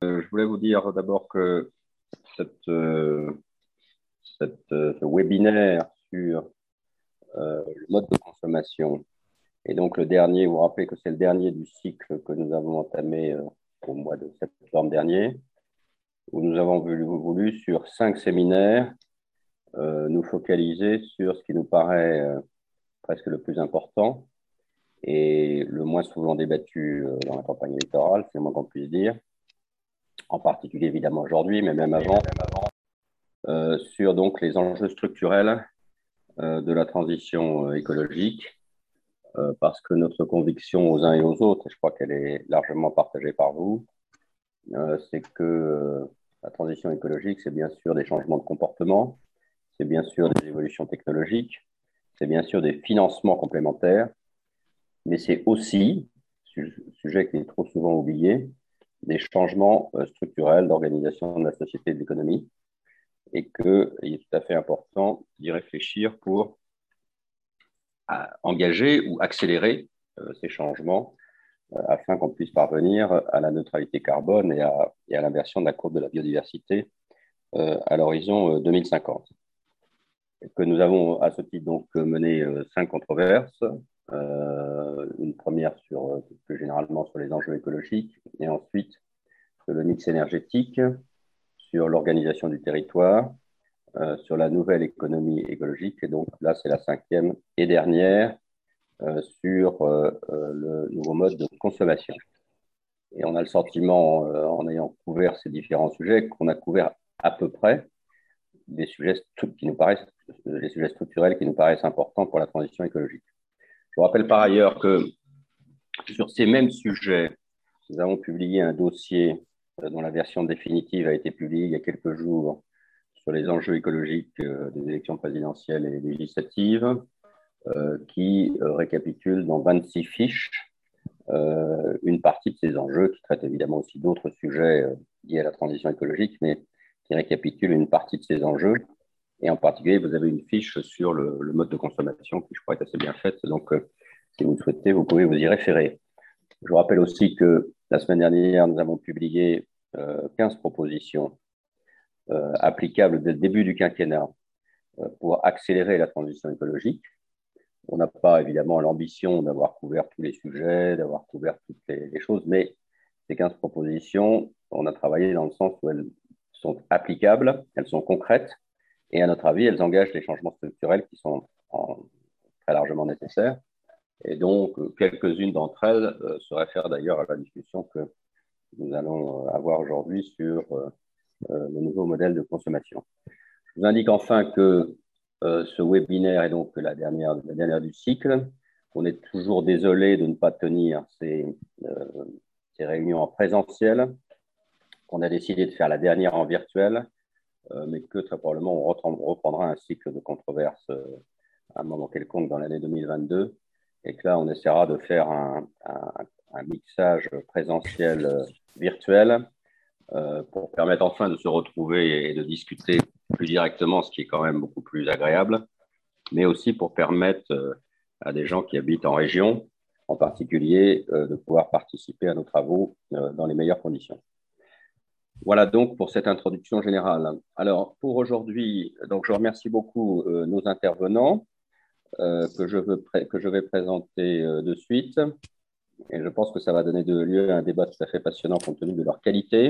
Je voulais vous dire d'abord que ce webinaire sur le mode de consommation et donc le dernier, vous vous rappelez que c'est le dernier du cycle que nous avons entamé au mois de septembre dernier, où nous avons voulu sur 5 séminaires, nous focaliser sur ce qui nous paraît presque le plus important et le moins souvent débattu dans la campagne électorale, c'est le moins qu'on puisse dire, en particulier évidemment aujourd'hui, mais même avant, sur donc les enjeux structurels de la transition écologique, parce que notre conviction aux uns et aux autres, et je crois qu'elle est largement partagée par vous, c'est que la transition écologique, c'est bien sûr des changements de comportement, c'est bien sûr des évolutions technologiques, c'est bien sûr des financements complémentaires, mais c'est aussi, sujet qui est trop souvent oublié, des changements structurels d'organisation de la société et de l'économie, et qu'il est tout à fait important d'y réfléchir pour engager ou accélérer ces changements afin qu'on puisse parvenir à la neutralité carbone et à l'inversion de la courbe de la biodiversité à l'horizon 2050. Et que nous avons à ce titre donc mené 5 controverses, une première sur plus généralement sur les enjeux écologiques, et ensuite sur le mix énergétique, sur l'organisation du territoire, sur la nouvelle économie écologique, et donc là c'est la 5e et dernière sur le nouveau mode de consommation. Et on a le sentiment, en ayant couvert ces différents sujets, qu'on a couvert à peu près des sujets qui nous paraissent, les sujets structurels qui nous paraissent importants pour la transition écologique. Je vous rappelle par ailleurs que sur ces mêmes sujets, nous avons publié un dossier dont la version définitive a été publiée il y a quelques jours sur les enjeux écologiques des élections présidentielles et législatives, qui récapitule dans 26 fiches une partie de ces enjeux, qui traitent évidemment aussi d'autres sujets liés à la transition écologique, mais qui récapitule une partie de ces enjeux. Et en particulier, vous avez une fiche sur le mode de consommation qui, je crois, est assez bien faite. Donc, si vous le souhaitez, vous pouvez vous y référer. Je vous rappelle aussi que la semaine dernière, nous avons publié 15 propositions applicables dès le début du quinquennat pour accélérer la transition écologique. On n'a pas évidemment l'ambition d'avoir couvert tous les sujets, d'avoir couvert toutes les choses, mais ces 15 propositions, on a travaillé dans le sens où elles sont applicables, elles sont concrètes, et à notre avis, elles engagent les changements structurels qui sont très largement nécessaires. Et donc, quelques-unes d'entre elles se réfèrent d'ailleurs à la discussion que nous allons avoir aujourd'hui sur le nouveau modèle de consommation. Je vous indique enfin que ce webinaire est donc la dernière du cycle. On est toujours désolé de ne pas tenir ces réunions en présentiel. On a décidé de faire la dernière en virtuel, mais que très probablement on reprendra un cycle de controverses à un moment quelconque dans l'année 2022, et que là on essaiera de faire un mixage présentiel virtuel pour permettre enfin de se retrouver et de discuter plus directement, ce qui est quand même beaucoup plus agréable, mais aussi pour permettre à des gens qui habitent en région, en particulier, de pouvoir participer à nos travaux dans les meilleures conditions. Voilà donc pour cette introduction générale. Alors, pour aujourd'hui, donc je remercie beaucoup nos intervenants que je vais présenter de suite. Et je pense que ça va donner lieu à un débat tout à fait passionnant compte tenu de leur qualité.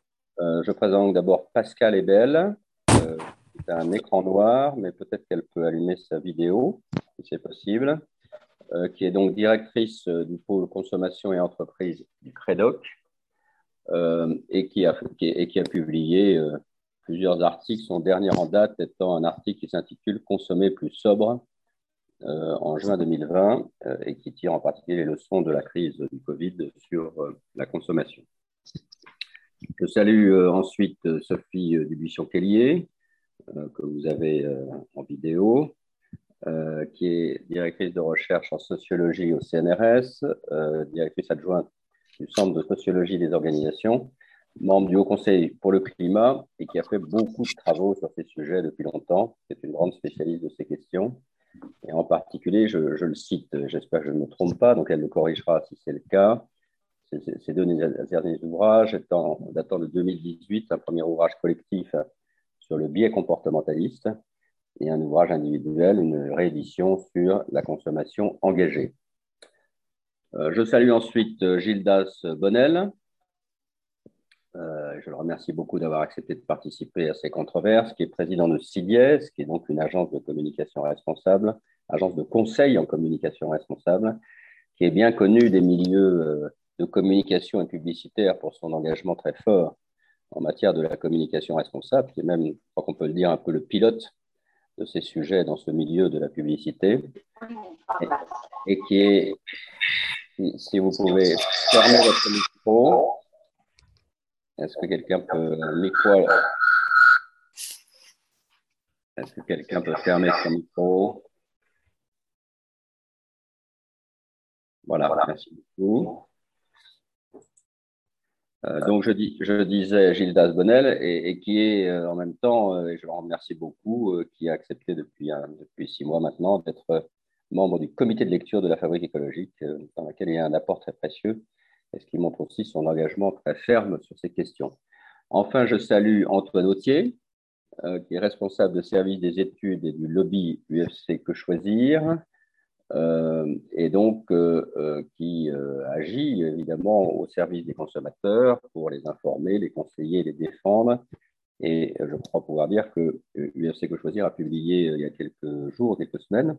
Je présente d'abord Pascal Ebel, qui a un écran noir, mais peut-être qu'elle peut allumer sa vidéo, si c'est possible, qui est donc directrice du pôle consommation et entreprise du CREDOC, et qui a publié plusieurs articles. Son dernier en date étant un article qui s'intitule « Consommer plus sobre » en juin 2020, et qui tire en particulier les leçons de la crise du Covid sur la consommation. Je salue ensuite Sophie Dubuisson-Kellier, que vous avez en vidéo, qui est directrice de recherche en sociologie au CNRS, directrice adjointe du Centre de sociologie des organisations, membre du Haut Conseil pour le climat et qui a fait beaucoup de travaux sur ces sujets depuis longtemps. C'est une grande spécialiste de ces questions. Et en particulier, je le cite, j'espère que je ne me trompe pas, donc elle me corrigera si c'est le cas, ces deux derniers ouvrages datant de 2018, un premier ouvrage collectif sur le biais comportementaliste et un ouvrage individuel, une réédition sur la consommation engagée. Je salue ensuite Gildas Bonnel. Je le remercie beaucoup d'avoir accepté de participer à ces controverses, qui est président de CIDIES, qui est donc une agence de communication responsable, agence de conseil en communication responsable, qui est bien connue des milieux de communication et publicitaire pour son engagement très fort en matière de la communication responsable, qui est même, je crois qu'on peut le dire, un peu le pilote de ces sujets dans ce milieu de la publicité, et qui est, si vous pouvez fermer votre micro. Est-ce que quelqu'un peut Est-ce que quelqu'un peut fermer son micro? Voilà, merci beaucoup. Donc, je disais Gildas Bonnel, et qui est en même temps, et je le remercie beaucoup, qui a accepté depuis 6 mois maintenant d'être membre du comité de lecture de la Fabrique écologique, dans laquelle il y a un apport très précieux, et ce qui montre aussi son engagement très ferme sur ces questions. Enfin, je salue Antoine Autier, qui est responsable de service des études et du lobby UFC Que Choisir, et donc qui agit évidemment au service des consommateurs pour les informer, les conseiller, les défendre. Et je crois pouvoir dire que UFC Que Choisir a publié il y a quelques jours, quelques semaines,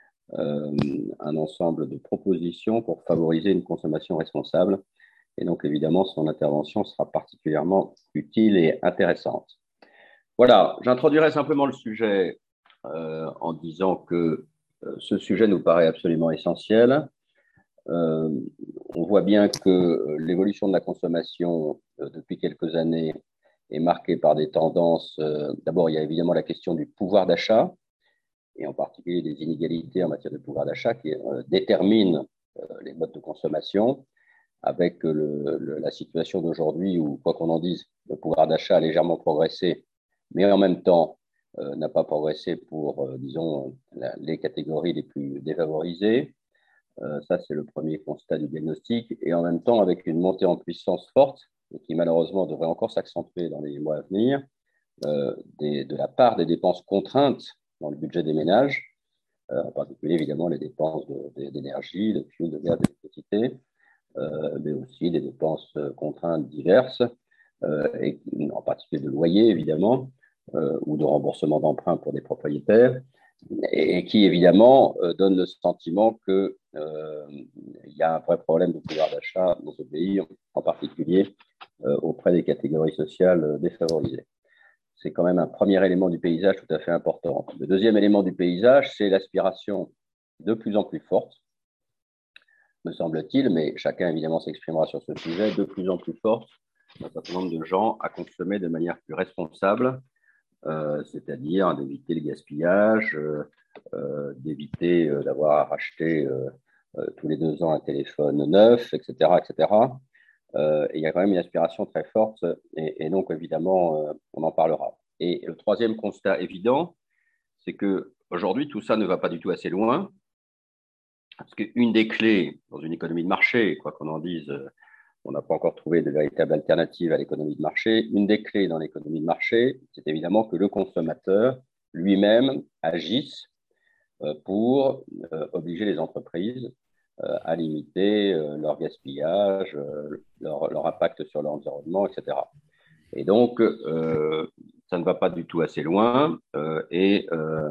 un ensemble de propositions pour favoriser une consommation responsable. Et donc évidemment, son intervention sera particulièrement utile et intéressante. Voilà, j'introduirai simplement le sujet en disant que ce sujet nous paraît absolument essentiel. On voit bien que l'évolution de la consommation depuis quelques années est marquée par des tendances. D'abord, il y a évidemment la question du pouvoir d'achat, et en particulier des inégalités en matière de pouvoir d'achat qui déterminent les modes de consommation, avec la situation d'aujourd'hui où, quoi qu'on en dise, le pouvoir d'achat a légèrement progressé, mais en même temps n'a pas progressé pour, disons, les catégories les plus défavorisées. Ça, c'est le premier constat du diagnostic. Et en même temps, avec une montée en puissance forte, et qui malheureusement devrait encore s'accentuer dans les mois à venir, de la part des dépenses contraintes dans le budget des ménages, en particulier évidemment les dépenses d'énergie, de fuel, de gaz, d'électricité, mais aussi des dépenses contraintes diverses, et en particulier de loyer évidemment, ou de remboursement d'emprunts pour des propriétaires, et qui évidemment donne le sentiment qu'il y a un vrai problème de pouvoir d'achat dans ce pays, en particulier auprès des catégories sociales défavorisées. C'est quand même un premier élément du paysage tout à fait important. Le deuxième élément du paysage, c'est l'aspiration de plus en plus forte, me semble-t-il, mais chacun évidemment s'exprimera sur ce sujet, de plus en plus forte d'un certain nombre de gens à consommer de manière plus responsable, c'est-à-dire d'éviter le gaspillage, d'éviter d'avoir à racheter tous les 2 ans un téléphone neuf, etc. etc. Et il y a quand même une aspiration très forte, et donc évidemment, on en parlera. Et le troisième constat évident, c'est qu'aujourd'hui, tout ça ne va pas du tout assez loin, parce qu'une des clés dans une économie de marché, quoi qu'on en dise, on n'a pas encore trouvé de véritable alternative à l'économie de marché. Une des clés dans l'économie de marché, c'est évidemment que le consommateur lui-même agisse pour obliger les entreprises à limiter leur gaspillage, leur impact sur l'environnement, etc. Et donc, ça ne va pas du tout assez loin, et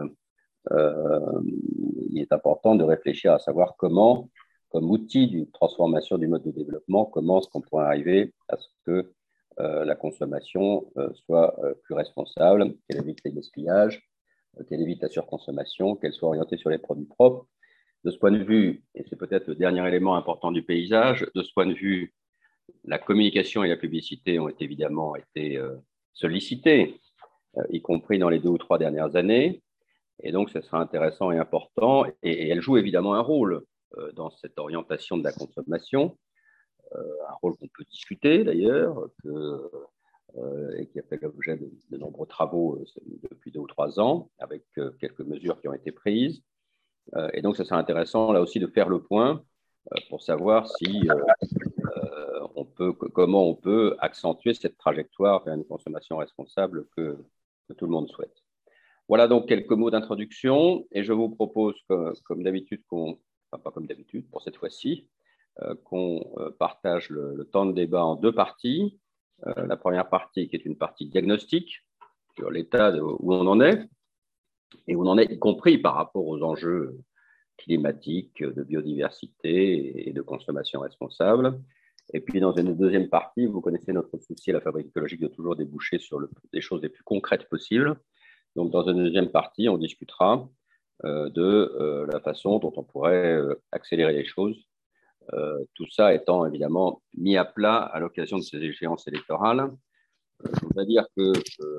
il est important de réfléchir à savoir comment, comme outil d'une transformation du mode de développement, comment est-ce qu'on pourrait arriver à ce que la consommation soit plus responsable, qu'elle évite les gaspillages, qu'elle évite la surconsommation, qu'elle soit orientée sur les produits propres. De ce point de vue, et c'est peut-être le dernier élément important du paysage, de ce point de vue, la communication et la publicité ont évidemment été sollicitées, y compris dans les 2 ou 3 dernières années. Et donc, ce sera intéressant et important. Et elle joue évidemment un rôle dans cette orientation de la consommation, un rôle qu'on peut discuter d'ailleurs, et qui a fait l'objet de nombreux travaux depuis 2 ou 3 ans, avec quelques mesures qui ont été prises. Et donc, ce sera intéressant là aussi de faire le point pour savoir si comment on peut accentuer cette trajectoire vers une consommation responsable que tout le monde souhaite. Voilà donc quelques mots d'introduction et je vous propose, comme d'habitude, enfin pas comme d'habitude pour cette fois-ci, qu'on partage le temps de débat en deux parties. La première partie qui est une partie diagnostique sur l'état où on en est, et où on en est y compris par rapport aux enjeux climatiques, de biodiversité et de consommation responsable. Et puis dans une deuxième partie, vous connaissez notre souci à la Fabrique écologique de toujours déboucher sur des choses les plus concrètes possibles. Donc dans une deuxième partie, on discutera de la façon dont on pourrait accélérer les choses. Tout ça étant évidemment mis à plat à l'occasion de ces échéances électorales. Je voudrais dire que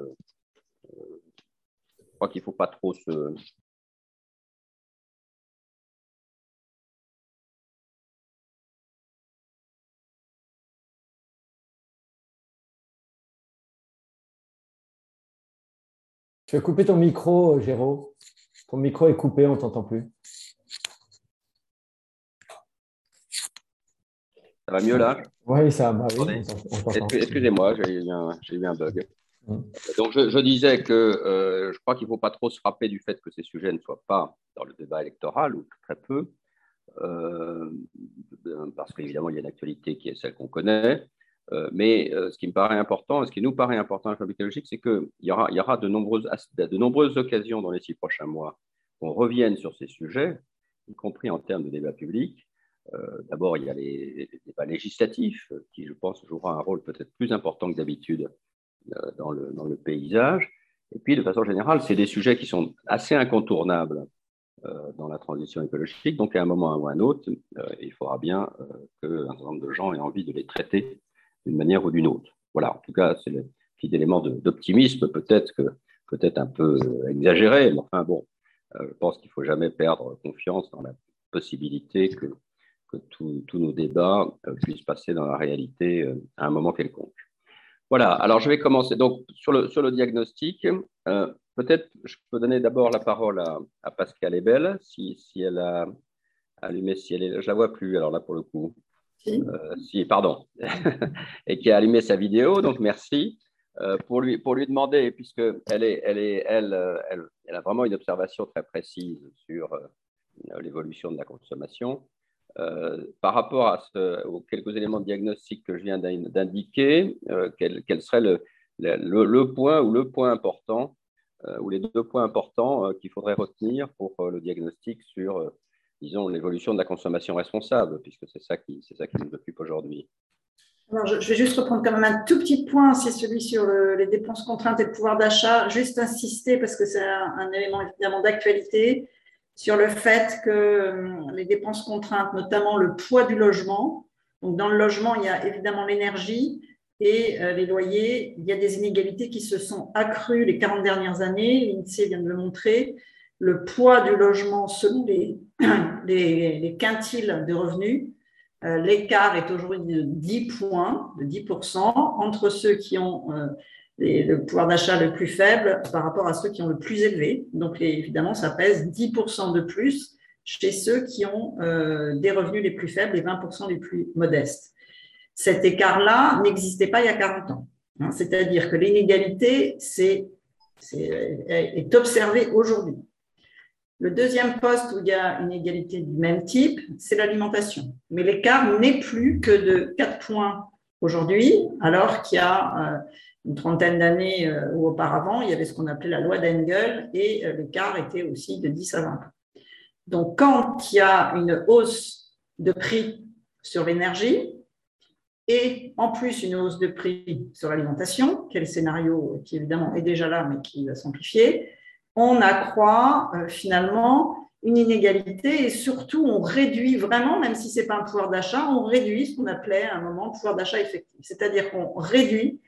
je crois qu'il ne faut pas trop se... Tu as coupé ton micro, Géraud. Ton micro est coupé, on ne t'entend plus. Ça va mieux là? Oui, ça va. Oui, on t'entend. Excusez-moi, j'ai eu un bug. Donc, je disais que je crois qu'il ne faut pas trop se frapper du fait que ces sujets ne soient pas dans le débat électoral, ou très peu, parce qu'évidemment, il y a une actualité qui est celle qu'on connaît. Mais ce qui me paraît important, ce qui nous paraît important à la Fabrique écologique, c'est qu'il y aura de nombreuses occasions dans les 6 prochains mois qu'on revienne sur ces sujets, y compris en termes de débat public. D'abord, il y a les débats législatifs qui, je pense, jouera un rôle peut-être plus important que d'habitude dans le paysage. Et puis, de façon générale, c'est des sujets qui sont assez incontournables dans la transition écologique. Donc, à un moment ou à un autre, il faudra bien qu'un certain nombre de gens aient envie de les traiter d'une manière ou d'une autre. Voilà, en tout cas, c'est le petit élément d'optimisme, peut-être un peu exagéré, mais enfin bon, je pense qu'il ne faut jamais perdre confiance dans la possibilité que tous nos débats puissent passer dans la réalité à un moment quelconque. Voilà, alors je vais commencer. Donc, sur le diagnostic, peut-être je peux donner d'abord la parole à Pascale Ebel, si elle a allumé, je ne la vois plus, alors là pour le coup. Pardon, et qui a allumé sa vidéo, donc merci. Pour lui demander, puisqu'elle elle a vraiment une observation très précise sur l'évolution de la consommation. Par rapport aux quelques éléments de diagnostic que je viens d'indiquer, quel serait le point ou le point important, ou les deux points importants qu'il faudrait retenir pour le diagnostic sur, disons, l'évolution de la consommation responsable, puisque c'est ça qui nous occupe aujourd'hui. Alors, je vais juste reprendre quand même un tout petit point, c'est celui sur les dépenses contraintes et le pouvoir d'achat. Juste insister, parce que c'est un élément évidemment d'actualité, sur le fait que les dépenses contraintes, notamment le poids du logement, donc dans le logement, il y a évidemment l'énergie et les loyers. Il y a des inégalités qui se sont accrues les 40 dernières années, l'INSEE vient de le montrer. Le poids du logement selon les quintiles de revenus, l'écart est aujourd'hui de 10 points, de 10%, entre ceux qui ont le pouvoir d'achat le plus faible par rapport à ceux qui ont le plus élevé. Donc, évidemment, ça pèse 10% de plus chez ceux qui ont des revenus les plus faibles et 20% les plus modestes. Cet écart-là n'existait pas il y a 40 ans. C'est-à-dire que l'inégalité est observée aujourd'hui. Le deuxième poste où il y a une égalité du même type, c'est l'alimentation. Mais l'écart n'est plus que de 4 points aujourd'hui, alors qu'il y a une trentaine d'années ou auparavant, il y avait ce qu'on appelait la loi d'Engel et l'écart était aussi de 10 à 20 points. Donc, quand il y a une hausse de prix sur l'énergie et en plus une hausse de prix sur l'alimentation, quel scénario qui évidemment est déjà là mais qui va s'amplifier, on accroît finalement une inégalité et surtout on réduit vraiment, même si ce n'est pas un pouvoir d'achat, on réduit ce qu'on appelait à un moment le pouvoir d'achat effectif. C'est-à-dire qu'on réduit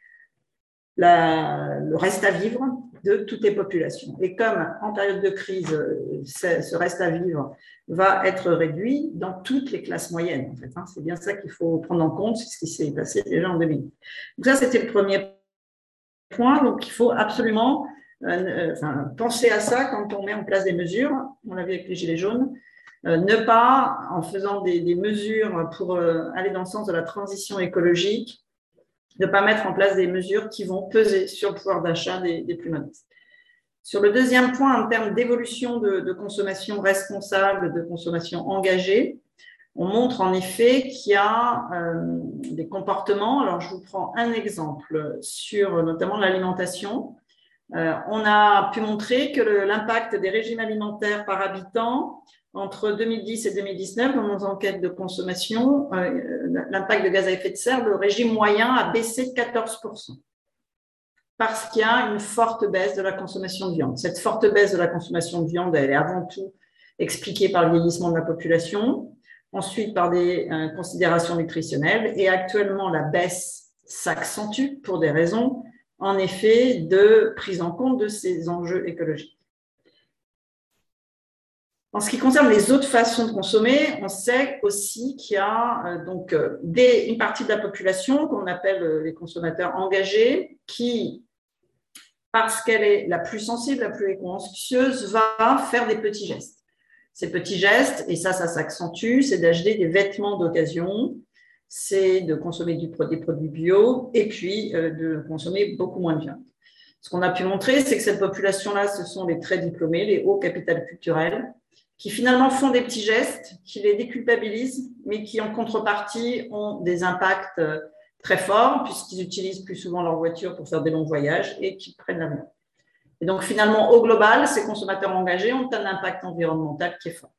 le reste à vivre de toutes les populations. Et comme en période de crise, ce reste à vivre va être réduit dans toutes les classes moyennes. En fait, c'est bien ça qu'il faut prendre en compte, c'est ce qui s'est passé déjà en 2000. Donc ça, c'était le premier point. Donc il faut absolument penser à ça quand on met en place des mesures. On l'a vu avec les gilets jaunes. Ne pas, en faisant des mesures pour aller dans le sens de la transition écologique, ne pas mettre en place des mesures qui vont peser sur le pouvoir d'achat des plus modestes. Sur le deuxième point, en termes d'évolution de consommation responsable, de consommation engagée, on montre en effet qu'il y a des comportements. Alors, je vous prends un exemple sur notamment l'alimentation. On a pu montrer que l'impact des régimes alimentaires par habitant entre 2010 et 2019, dans nos enquêtes de consommation, l'impact de gaz à effet de serre, le régime moyen a baissé de 14%. Parce qu'il y a une forte baisse de la consommation de viande. Cette forte baisse de la consommation de viande, elle est avant tout expliquée par le vieillissement de la population, ensuite par des considérations nutritionnelles, et actuellement la baisse s'accentue pour des raisons, en effet, de prise en compte de ces enjeux écologiques. En ce qui concerne les autres façons de consommer, on sait aussi qu'il y a une partie de la population qu'on appelle les consommateurs engagés qui, parce qu'elle est la plus sensible, la plus conscieuse, va faire des petits gestes. Ces petits gestes, et ça s'accentue, c'est d'acheter des vêtements d'occasion, c'est de consommer des produits bio et puis de consommer beaucoup moins de viande. Ce qu'on a pu montrer, c'est que cette population-là, ce sont les très diplômés, les hauts capital culturels, qui finalement font des petits gestes, qui les déculpabilisent, mais qui en contrepartie ont des impacts très forts, puisqu'ils utilisent plus souvent leur voiture pour faire des longs voyages et qu'ils prennent l'avion. Et donc finalement, au global, ces consommateurs engagés ont un impact environnemental qui est fort.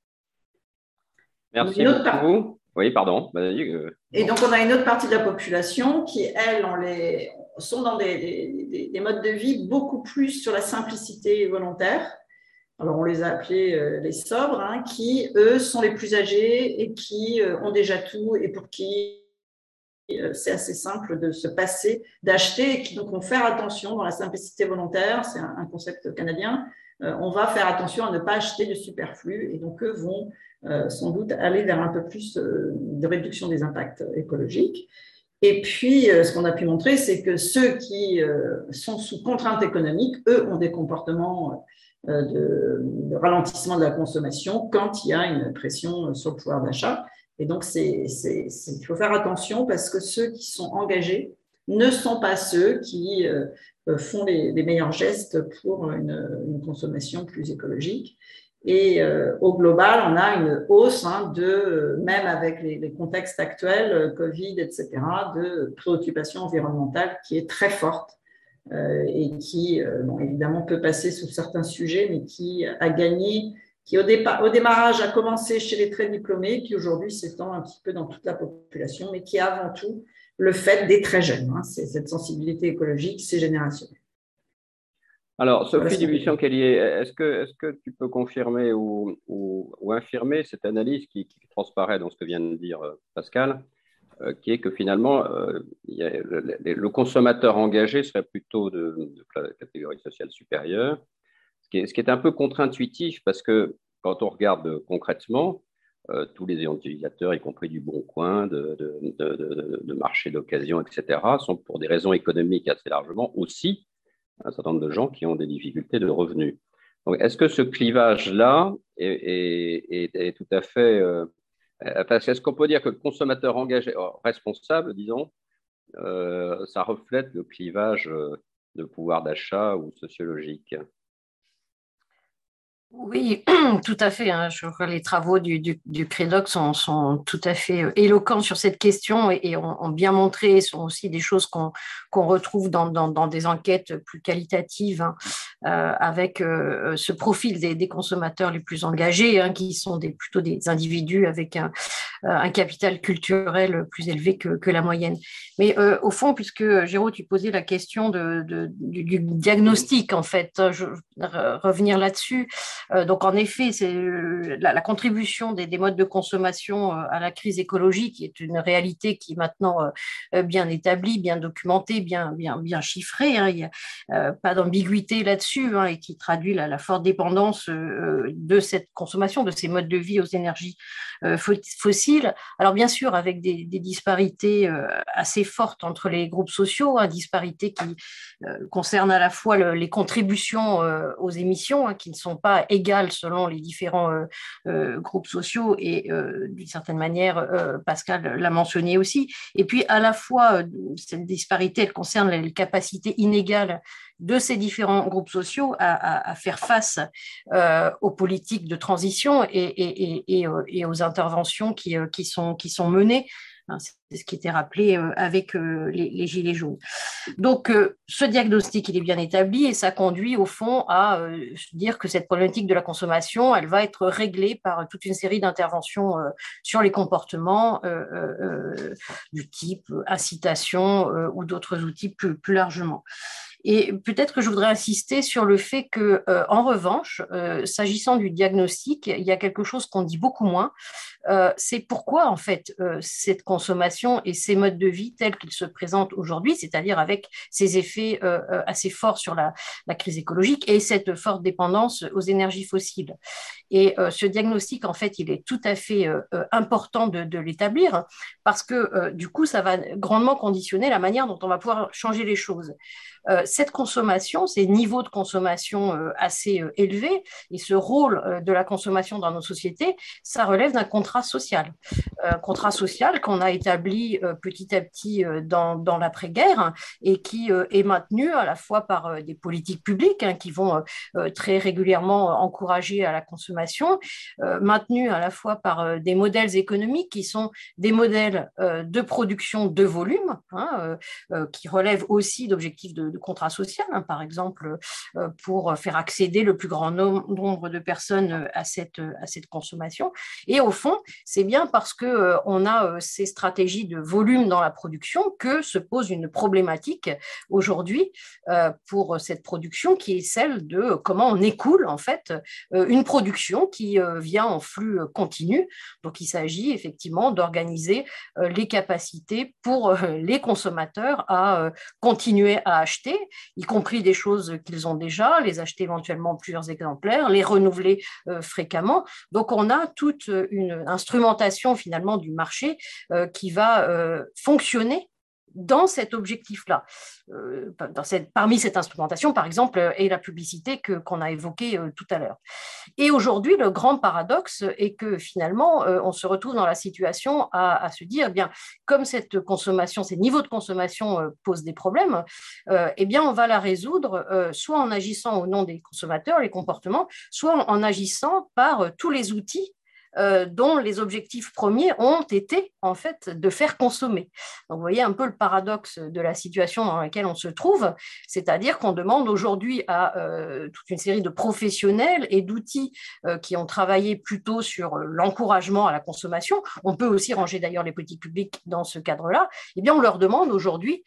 Merci beaucoup. Oui, pardon. Et donc, on a une autre partie de la population qui, elles, sont dans des modes de vie beaucoup plus sur la simplicité volontaire. Alors, on les a appelés les sobres, hein, qui, eux, sont les plus âgés et qui ont déjà tout et pour qui c'est assez simple de se passer, d'acheter et qui donc vont faire attention dans la simplicité volontaire. C'est un concept canadien. On va faire attention à ne pas acheter de superflu et donc eux vont sans doute aller vers un peu plus de réduction des impacts écologiques. Et puis, ce qu'on a pu montrer, c'est que ceux qui sont sous contrainte économique, eux, ont des comportements de ralentissement de la consommation quand il y a une pression sur le pouvoir d'achat. Et donc, il faut faire attention parce que ceux qui sont engagés ne sont pas ceux qui font les meilleurs gestes pour une consommation plus écologique. Et au global, on a une hausse même avec les contextes actuels, Covid, etc., de préoccupation environnementale qui est très forte et qui, évidemment, peut passer sous certains sujets, mais qui a gagné, qui au démarrage a commencé chez les très diplômés, qui aujourd'hui s'étend un petit peu dans toute la population, mais qui est avant tout le fait des très jeunes. C'est cette sensibilité écologique, c'est générationnel. Alors, Sophie Dubuisson-Kellier, est-ce que tu peux confirmer ou infirmer cette analyse qui transparaît dans ce que vient de dire Pascal, qui est que finalement, le consommateur engagé serait plutôt de catégorie sociale supérieure, ce qui est un peu contre-intuitif parce que quand on regarde concrètement, tous les utilisateurs, y compris du Bon Coin, de marchés d'occasion, etc., sont pour des raisons économiques assez largement aussi un certain nombre de gens qui ont des difficultés de revenus. Donc, est-ce que ce clivage-là est tout à fait… est-ce qu'on peut dire que le consommateur engagé, responsable, disons, ça reflète le clivage de pouvoir d'achat ou sociologique? Oui, tout à fait. Je crois que les travaux du CREDOC sont tout à fait éloquents sur cette question et ont bien montré, sont aussi des choses qu'on retrouve dans des enquêtes plus qualitatives avec ce profil des consommateurs les plus engagés, qui sont plutôt des individus avec un capital culturel plus élevé que la moyenne. Mais au fond, puisque Géraud, tu posais la question du diagnostic, en fait, je revenir là-dessus. Donc, en effet, c'est la contribution des modes de consommation à la crise écologique qui est une réalité qui est maintenant bien établie, bien documentée, bien chiffrée. Il n'y a pas d'ambiguïté là-dessus. perçu et qui traduit la forte dépendance de cette consommation, de ces modes de vie aux énergies fossiles. Alors bien sûr, avec des disparités assez fortes entre les groupes sociaux, disparités qui concernent à la fois les contributions aux émissions, qui ne sont pas égales selon les différents groupes sociaux, et d'une certaine manière, Pascal l'a mentionné aussi. Et puis à la fois, cette disparité, elle concerne les capacités inégales de ces différents groupes sociaux à faire face aux politiques de transition et aux interventions qui sont menées. C'est ce qui était rappelé avec les Gilets jaunes. Donc, ce diagnostic, il est bien établi et ça conduit au fond à dire que cette problématique de la consommation, elle va être réglée par toute une série d'interventions sur les comportements du type incitation ou d'autres outils plus largement. Et peut-être que je voudrais insister sur le fait que, en revanche, s'agissant du diagnostic, il y a quelque chose qu'on dit beaucoup moins. C'est pourquoi, en fait, cette consommation et ces modes de vie tels qu'ils se présentent aujourd'hui, c'est-à-dire avec ces effets assez forts sur la crise écologique et cette forte dépendance aux énergies fossiles. Et ce diagnostic, en fait, il est tout à fait important de l'établir parce que, du coup, ça va grandement conditionner la manière dont on va pouvoir changer les choses. Cette consommation, ces niveaux de consommation assez élevés et ce rôle de la consommation dans nos sociétés, ça relève d'un contrat social. Contrat social qu'on a établi petit à petit dans l'après-guerre et qui est maintenu à la fois par des politiques publiques qui vont très régulièrement encourager à la consommation, maintenu à la fois par des modèles économiques qui sont des modèles de production de volume, qui relèvent aussi d'objectifs de contrat social, par exemple, pour faire accéder le plus grand nombre de personnes à cette consommation. Et au fond, c'est bien parce qu'on a ces stratégies de volume dans la production que se pose une problématique aujourd'hui pour cette production qui est celle de comment on écoule en fait une production qui vient en flux continu. Donc il s'agit effectivement d'organiser les capacités pour les consommateurs à continuer à acheter, y compris des choses qu'ils ont déjà, les acheter éventuellement en plusieurs exemplaires, les renouveler fréquemment. Donc on a toute une instrumentation finalement du marché qui va fonctionner dans cet objectif-là. Parmi cette instrumentation, par exemple, est la publicité qu'on a évoquée tout à l'heure. Et aujourd'hui, le grand paradoxe est que finalement, on se retrouve dans la situation à se dire, eh bien, comme cette consommation, ces niveaux de consommation posent des problèmes, eh bien, on va la résoudre soit en agissant au nom des consommateurs, les comportements, soit en agissant par tous les outils dont les objectifs premiers ont été en fait de faire consommer. Donc vous voyez un peu le paradoxe de la situation dans laquelle on se trouve, c'est-à-dire qu'on demande aujourd'hui à toute une série de professionnels et d'outils qui ont travaillé plutôt sur l'encouragement à la consommation, on peut aussi ranger d'ailleurs les politiques publiques dans ce cadre-là, eh bien on leur demande aujourd'hui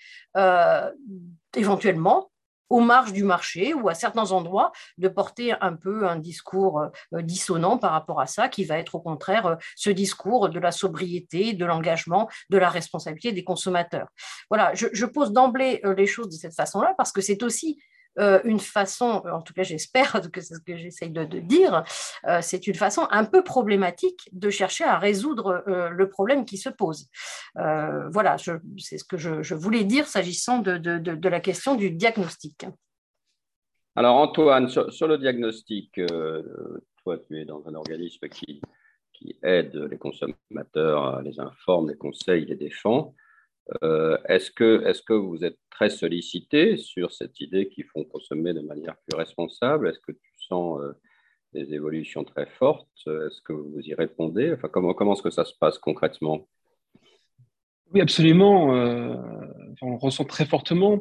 éventuellement aux marges du marché ou à certains endroits de porter un peu un discours dissonant par rapport à ça, qui va être au contraire ce discours de la sobriété, de l'engagement, de la responsabilité des consommateurs. Voilà, je pose d'emblée les choses de cette façon-là parce que c'est aussi une façon, en tout cas j'espère que c'est ce que j'essaye de dire, c'est une façon un peu problématique de chercher à résoudre le problème qui se pose. Voilà, c'est ce que je voulais dire s'agissant de la question du diagnostic. Alors Antoine, sur le diagnostic, toi tu es dans un organisme qui aide les consommateurs, les informe, les conseille, les défend. Est-ce que vous êtes très sollicité sur cette idée qu'il faut consommer de manière plus responsable? Est-ce que tu sens des évolutions très fortes? Est-ce que vous y répondez? Enfin, comment est-ce que ça se passe concrètement? Oui, absolument. On le ressent très fortement,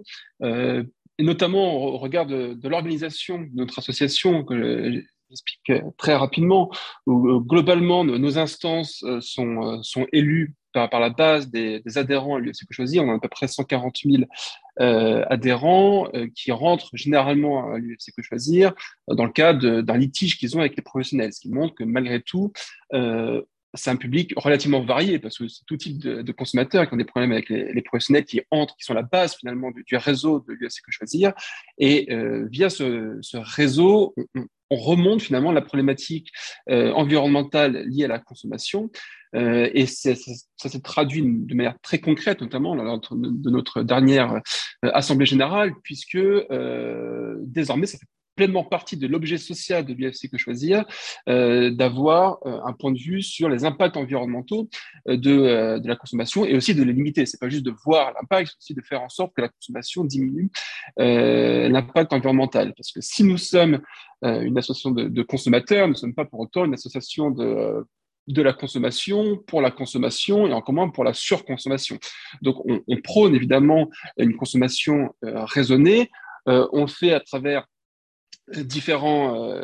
et notamment au regard de l'organisation de notre association, que j'explique très rapidement, où globalement nos instances sont élues par la base des adhérents à l'UFC Que Choisir. On a à peu près 140 000 adhérents qui rentrent généralement à l'UFC Que Choisir dans le cadre d'un litige qu'ils ont avec les professionnels, ce qui montre que malgré tout, c'est un public relativement varié parce que c'est tout type de consommateurs qui ont des problèmes avec les professionnels qui entrent, qui sont la base finalement du réseau de l'UFC Que Choisir. Et via ce réseau, on remonte finalement la problématique environnementale liée à la consommation. Et ça s'est traduit de manière très concrète, notamment lors de notre dernière Assemblée générale, puisque désormais, ça fait pleinement partie de l'objet social de l'UFC Que Choisir, d'avoir un point de vue sur les impacts environnementaux de la consommation et aussi de les limiter. C'est pas juste de voir l'impact, c'est aussi de faire en sorte que la consommation diminue l'impact environnemental. Parce que si nous sommes une association de consommateurs, nous ne sommes pas pour autant une association de la consommation pour la consommation et encore moins pour la surconsommation. Donc, on prône évidemment une consommation raisonnée. On le fait à travers différents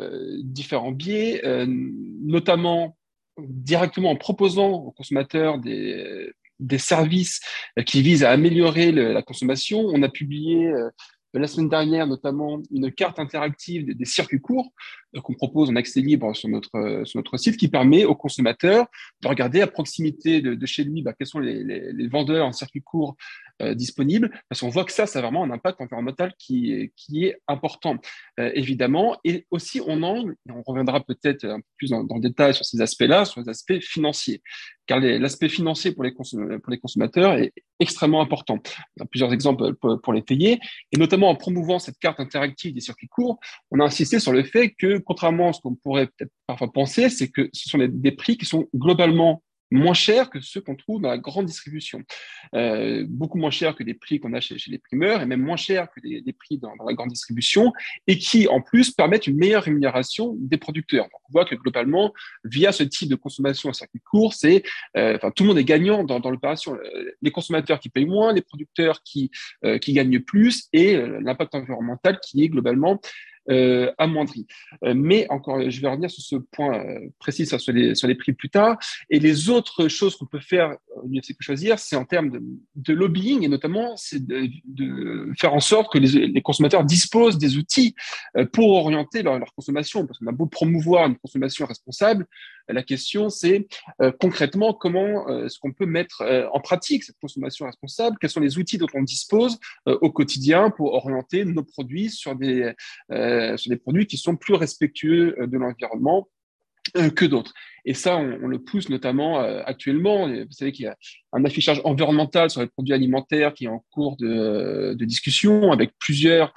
biais, notamment directement en proposant aux consommateurs des services qui visent à améliorer la consommation. On a publié la semaine dernière notamment une carte interactive des circuits courts qu'on propose en accès libre sur notre site, qui permet aux consommateurs de regarder à proximité de chez lui quels sont les vendeurs en circuit court disponibles, parce qu'on voit que ça a vraiment un impact environnemental qui est important, évidemment. Et aussi, on reviendra peut-être un peu plus dans le détail sur ces aspects-là, sur les aspects financiers, car l'aspect financier pour les consommateurs est extrêmement important. On a plusieurs exemples pour les payer, et notamment en promouvant cette carte interactive des circuits courts, on a insisté sur le fait que, contrairement à ce qu'on pourrait peut-être parfois penser, c'est que ce sont des prix qui sont globalement moins chers que ceux qu'on trouve dans la grande distribution. Beaucoup moins chers que des prix qu'on a chez les primeurs et même moins chers que des prix dans la grande distribution, et qui, en plus, permettent une meilleure rémunération des producteurs. Donc, on voit que globalement, via ce type de consommation à circuit court, tout le monde est gagnant dans l'opération. Les consommateurs qui payent moins, les producteurs qui gagnent plus, et l'impact environnemental qui est globalement amoindri. Mais encore, je vais revenir sur ce point précis sur les prix plus tard. Et les autres choses qu'on peut faire au UFC Que Choisir, c'est en termes de lobbying, et notamment c'est de faire en sorte que les consommateurs disposent des outils pour orienter leur consommation. Parce qu'on a beau promouvoir une consommation responsable, la question c'est concrètement comment est-ce qu'on peut mettre en pratique cette consommation responsable, quels sont les outils dont on dispose au quotidien pour orienter nos produits sur des produits qui sont plus respectueux de l'environnement que d'autres. Et ça, on le pousse notamment actuellement. Vous savez qu'il y a un affichage environnemental sur les produits alimentaires qui est en cours de discussion, avec plusieurs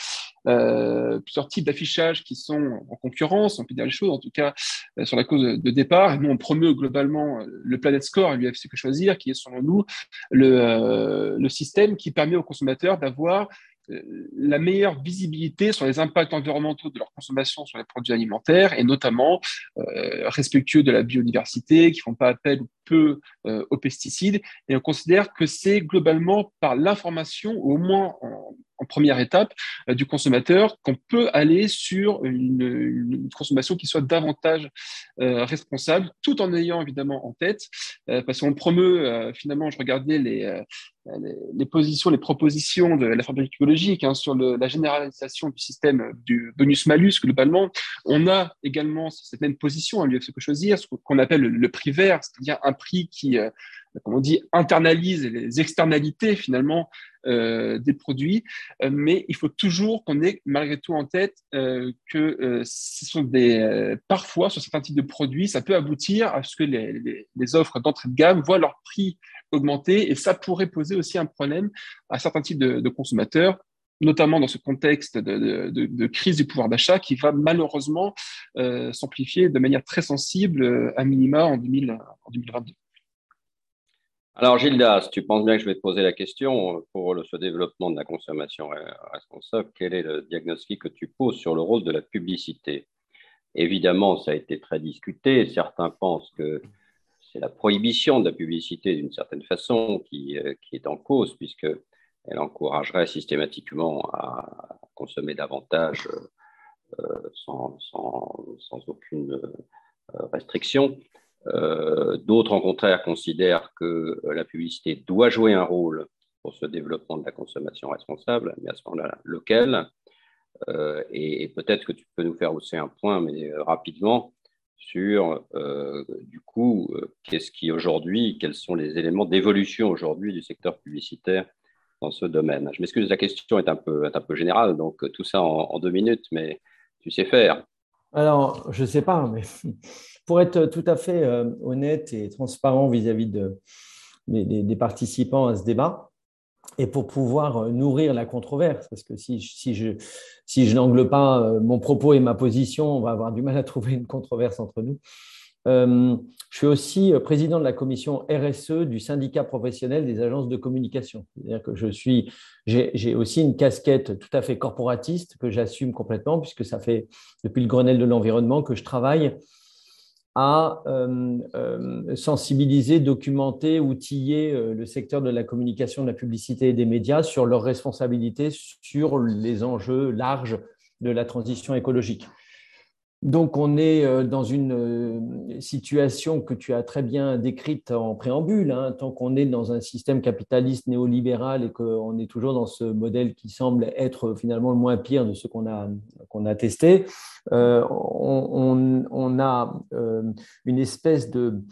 types d'affichages qui sont en concurrence, on peut dire les choses, en tout cas sur la cause de départ. Et nous, on promeut globalement le Planet Score à l'UFC Que Choisir, qui est selon nous le système qui permet aux consommateurs d'avoir la meilleure visibilité sur les impacts environnementaux de leur consommation sur les produits alimentaires, et notamment respectueux de la biodiversité, qui font pas appel ou peu aux pesticides. Et on considère que c'est globalement par l'information, au moins en première étape, du consommateur, qu'on peut aller sur une consommation qui soit davantage responsable, tout en ayant évidemment en tête, parce qu'on promeut finalement, je regardais les propositions de la fabrique écologique sur la généralisation du système du bonus-malus. Globalement, on a également cette même position à l'UFC Que Choisir, ce qu'on appelle le prix vert, c'est-à-dire un prix qui, comme on dit, internalise les externalités finalement des produits, mais il faut toujours qu'on ait malgré tout en tête que ce sont parfois sur certains types de produits, ça peut aboutir à ce que les offres d'entrée de gamme voient leur prix augmenter, et ça pourrait poser aussi un problème à certains types de consommateurs, notamment dans ce contexte de crise du pouvoir d'achat qui va malheureusement s'amplifier de manière très sensible à minima en 2022. Alors, Gildas, tu penses bien que je vais te poser la question pour ce développement de la consommation responsable. Quel est le diagnostic que tu poses sur le rôle de la publicité? Évidemment, ça a été très discuté. Certains pensent que c'est la prohibition de la publicité d'une certaine façon qui est en cause, puisqu'elle encouragerait systématiquement à consommer davantage sans aucune restriction. D'autres, au contraire, considèrent que la publicité doit jouer un rôle pour ce développement de la consommation responsable, mais à ce moment-là, lequel et peut-être que tu peux nous faire aussi un point, mais rapidement, sur, du coup, quels sont les éléments d'évolution aujourd'hui du secteur publicitaire dans ce domaine. Je m'excuse, la question est un peu générale, donc tout ça en 2 minutes, mais tu sais faire. Alors, je ne sais pas, mais pour être tout à fait honnête et transparent vis-à-vis des participants à ce débat, et pour pouvoir nourrir la controverse, parce que si je n'angle pas mon propos et ma position, on va avoir du mal à trouver une controverse entre nous. Je suis aussi président de la commission RSE du syndicat professionnel des agences de communication. C'est-à-dire que j'ai aussi une casquette tout à fait corporatiste que j'assume complètement, puisque ça fait depuis le Grenelle de l'environnement que je travaille à sensibiliser, documenter, outiller le secteur de la communication, de la publicité et des médias sur leurs responsabilités sur les enjeux larges de la transition écologique. Donc, on est dans une situation que tu as très bien décrite en préambule, hein, tant qu'on est dans un système capitaliste néolibéral et qu'on est toujours dans ce modèle qui semble être finalement le moins pire de ce qu'on a testé, on a une espèce de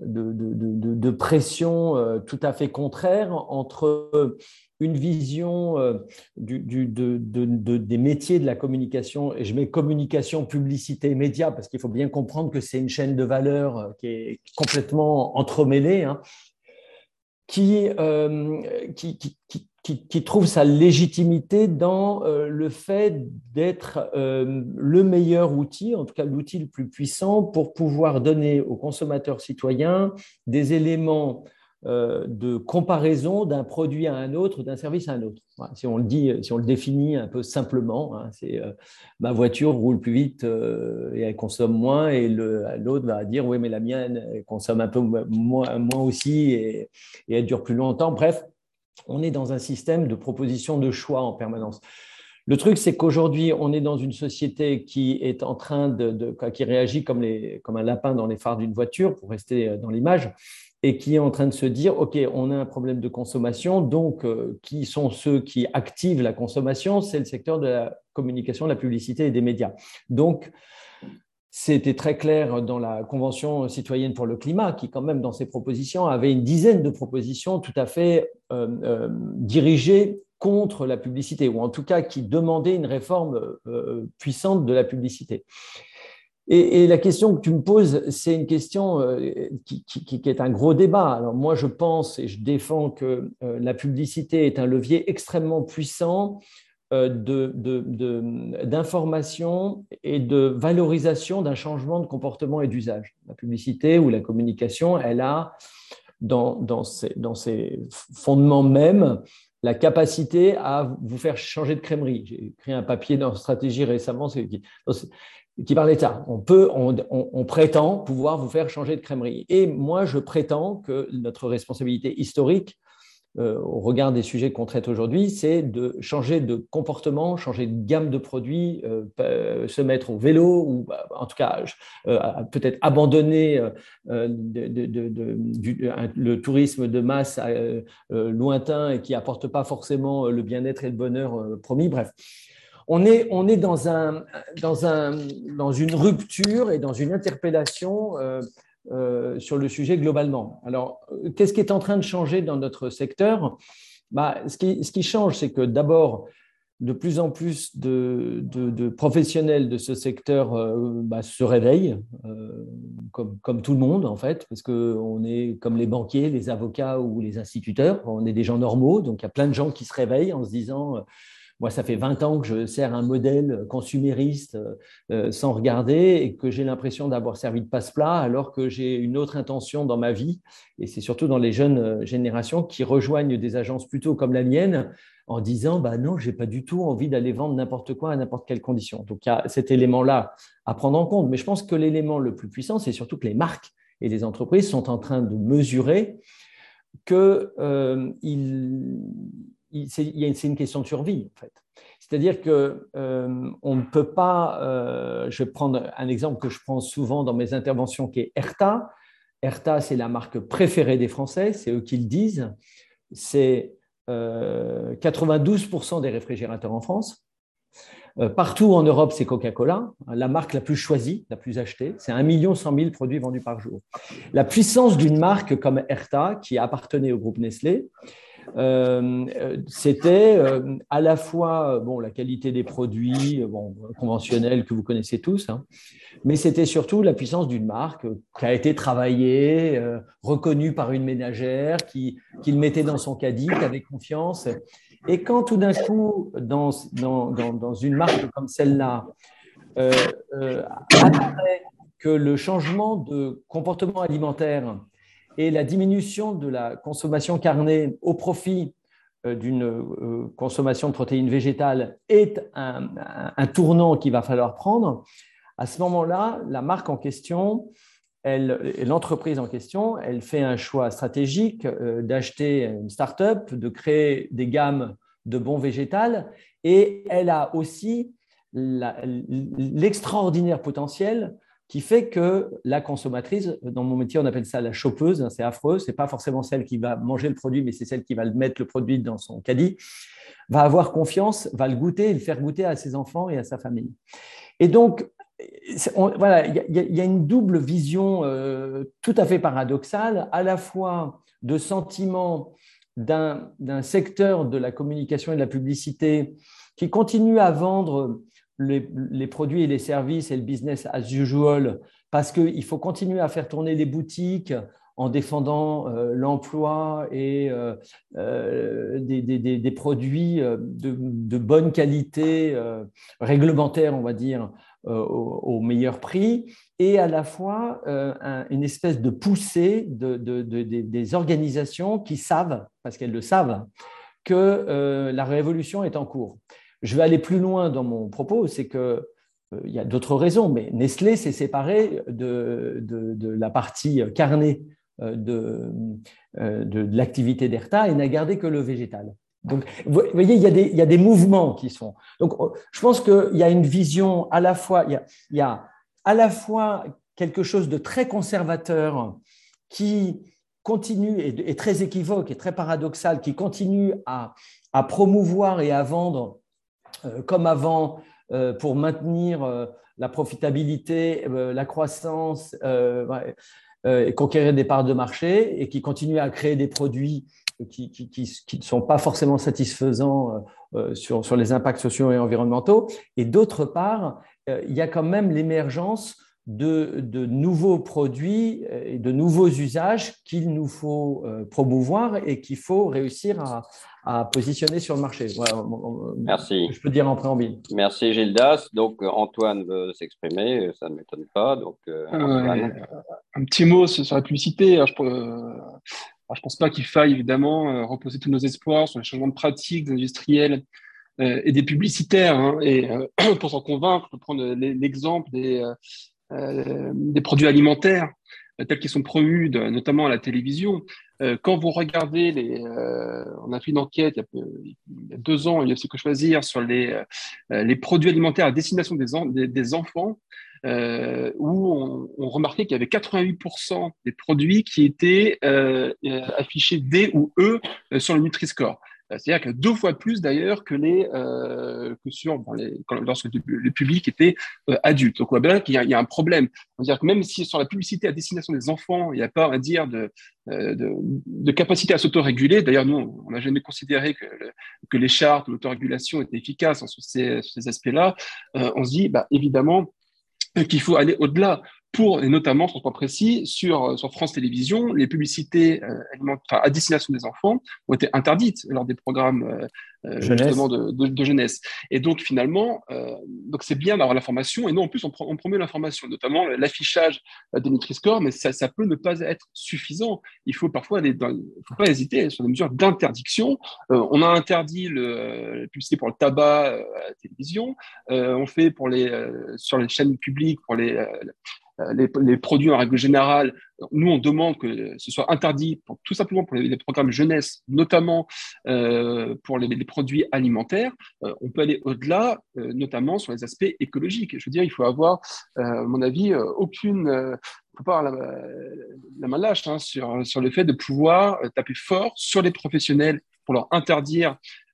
pression tout à fait contraire entre une vision des métiers de la communication, et je mets communication, publicité, médias, parce qu'il faut bien comprendre que c'est une chaîne de valeur qui est complètement entremêlée, hein, qui trouve sa légitimité dans le fait d'être le meilleur outil, en tout cas l'outil le plus puissant pour pouvoir donner aux consommateurs citoyens des éléments de comparaison d'un produit à un autre, d'un service à un autre. Voilà, si on le définit un peu simplement, hein, c'est ma voiture roule plus vite et elle consomme moins, et l'autre va dire oui, mais la mienne elle consomme un peu moins aussi et elle dure plus longtemps. Bref, on est dans un système de proposition de choix en permanence. Le truc, c'est qu'aujourd'hui, on est dans une société qui est en train qui réagit comme un lapin dans les phares d'une voiture, pour rester dans l'image, et qui est en train de se dire, OK, on a un problème de consommation, donc qui sont ceux qui activent la consommation? C'est le secteur de la communication, de la publicité et des médias. Donc, c'était très clair dans la Convention citoyenne pour le climat, qui quand même, dans ses propositions, avait une dizaine de propositions tout à fait dirigées contre la publicité, ou en tout cas qui demandaient une réforme puissante de la publicité. Et la question que tu me poses, c'est une question qui est un gros débat. Alors moi, je pense et je défends que la publicité est un levier extrêmement puissant d'information et de valorisation d'un changement de comportement et d'usage. La publicité ou la communication, elle a dans ses fondements mêmes la capacité à vous faire changer de crèmerie. J'ai écrit un papier dans Stratégie récemment qui parlait de ça. On prétend pouvoir vous faire changer de crèmerie. Et moi, je prétends que notre responsabilité historique, au regard des sujets qu'on traite aujourd'hui, c'est de changer de comportement, changer de gamme de produits, se mettre au vélo, ou en tout cas peut-être abandonner le tourisme de masse lointain et qui n'apporte pas forcément le bien-être et le bonheur promis. Bref. On est dans une rupture et dans une interpellation sur le sujet globalement. Alors, qu'est-ce qui est en train de changer dans notre secteur? Ce qui change, c'est que d'abord, de plus en plus de professionnels de ce secteur se réveillent, comme tout le monde en fait, parce qu'on est comme les banquiers, les avocats ou les instituteurs, on est des gens normaux, donc il y a plein de gens qui se réveillent en se disant… Moi, ça fait 20 ans que je sers un modèle consumériste sans regarder et que j'ai l'impression d'avoir servi de passe-plat alors que j'ai une autre intention dans ma vie. Et c'est surtout dans les jeunes générations qui rejoignent des agences plutôt comme la mienne en disant non, je n'ai pas du tout envie d'aller vendre n'importe quoi à n'importe quelle condition. Donc, il y a cet élément-là à prendre en compte. Mais je pense que l'élément le plus puissant, c'est surtout que les marques et les entreprises sont en train de mesurer que c'est une question de survie, en fait. C'est-à-dire qu'on ne peut pas… je vais prendre un exemple que je prends souvent dans mes interventions, qui est Erta. Erta, c'est la marque préférée des Français, c'est eux qui le disent. C'est 92% des réfrigérateurs en France. Partout en Europe, c'est Coca-Cola, la marque la plus choisie, la plus achetée. C'est 1 100 000 produits vendus par jour. La puissance d'une marque comme Herta, qui appartenait au groupe Nestlé, c'était à la fois la qualité des produits conventionnels que vous connaissez tous, hein, mais c'était surtout la puissance d'une marque qui a été travaillée, reconnue par une ménagère, qui le mettait dans son caddie, qui avait confiance. Et quand tout d'un coup, dans une marque comme celle-là, apparaît que le changement de comportement alimentaire et la diminution de la consommation carnée au profit d'une consommation de protéines végétales est un tournant qu'il va falloir prendre, à ce moment-là, la marque en question, l'entreprise en question, elle fait un choix stratégique d'acheter une start-up, de créer des gammes de bons végétales, et elle a aussi l'extraordinaire potentiel qui fait que la consommatrice, dans mon métier, on appelle ça la chopeuse, c'est affreux, ce n'est pas forcément celle qui va manger le produit, mais c'est celle qui va mettre le produit dans son caddie, va avoir confiance, va le goûter et le faire goûter à ses enfants et à sa famille. Et donc, voilà, il y a une double vision tout à fait paradoxale, à la fois de sentiment d'un secteur de la communication et de la publicité qui continue à vendre les produits et les services et le business as usual, parce qu'il faut continuer à faire tourner les boutiques en défendant l'emploi et des produits de bonne qualité réglementaire, on va dire, au meilleur prix, et à la fois une espèce de poussée des organisations qui savent, parce qu'elles le savent, que la révolution est en cours. Je vais aller plus loin dans mon propos, c'est qu'il y a d'autres raisons, mais Nestlé s'est séparé de la partie carnée de l'activité d'Herta et n'a gardé que le végétal. Donc, vous voyez, il y a des mouvements qui sont… Donc, je pense qu'il y a une vision à la fois… Il y a à la fois quelque chose de très conservateur qui continue, et très équivoque et très paradoxal, qui continue à promouvoir et à vendre comme avant, pour maintenir la profitabilité, la croissance, et conquérir des parts de marché, et qui continue à créer des produits qui ne sont pas forcément satisfaisants sur les impacts sociaux et environnementaux. Et d'autre part, il y a quand même l'émergence de nouveaux produits et de nouveaux usages qu'il nous faut promouvoir et qu'il faut réussir à positionner sur le marché. Voilà, merci. Je peux dire en préambule. Merci Gildas. Donc Antoine veut s'exprimer, ça ne m'étonne pas. Donc, un petit mot sur la publicité. Alors, je pense pas qu'il faille évidemment reposer tous nos espoirs sur les changements de pratiques des industriels et des publicitaires. Hein, et pour s'en convaincre, je peux prendre l'exemple des produits alimentaires tels qu'ils sont promus, notamment à la télévision. Quand vous regardez on a fait une enquête il y a 2 ans, il y a ce que choisir sur les produits alimentaires à destination des enfants, où on remarquait qu'il y avait 88% des produits qui étaient affichés D ou E sur le Nutri-Score. C'est-à-dire que 2 fois plus d'ailleurs que lorsque le public était adulte. Donc on voit bien qu'il y a un problème. On va dire que même si sur la publicité à destination des enfants, il n'y a pas à dire de capacité à s'autoréguler. D'ailleurs, nous, on n'a jamais considéré que les chartes ou l'autorégulation étaient efficaces sur ces aspects-là. On se dit, évidemment, qu'il faut aller au-delà et notamment, sur ce point précis, sur France Télévisions, les publicités à destination des enfants ont été interdites lors des programmes justement de jeunesse. Et donc, finalement, donc c'est bien d'avoir l'information, et nous, en plus, on promeut l'information, notamment l'affichage des Nutri-Score, mais ça peut ne pas être suffisant. Il faut parfois faut pas hésiter sur des mesures d'interdiction. On a interdit la publicité pour le tabac à la télévision. On fait sur les chaînes publiques, pour les produits en règle générale. Nous, on demande que ce soit interdit tout simplement pour les programmes jeunesse, notamment pour les produits alimentaires. On peut aller au-delà, notamment sur les aspects écologiques. Je veux dire, il faut avoir, à mon avis, faut pas avoir la main lâche sur le fait de pouvoir taper fort sur les professionnels pour leur interdire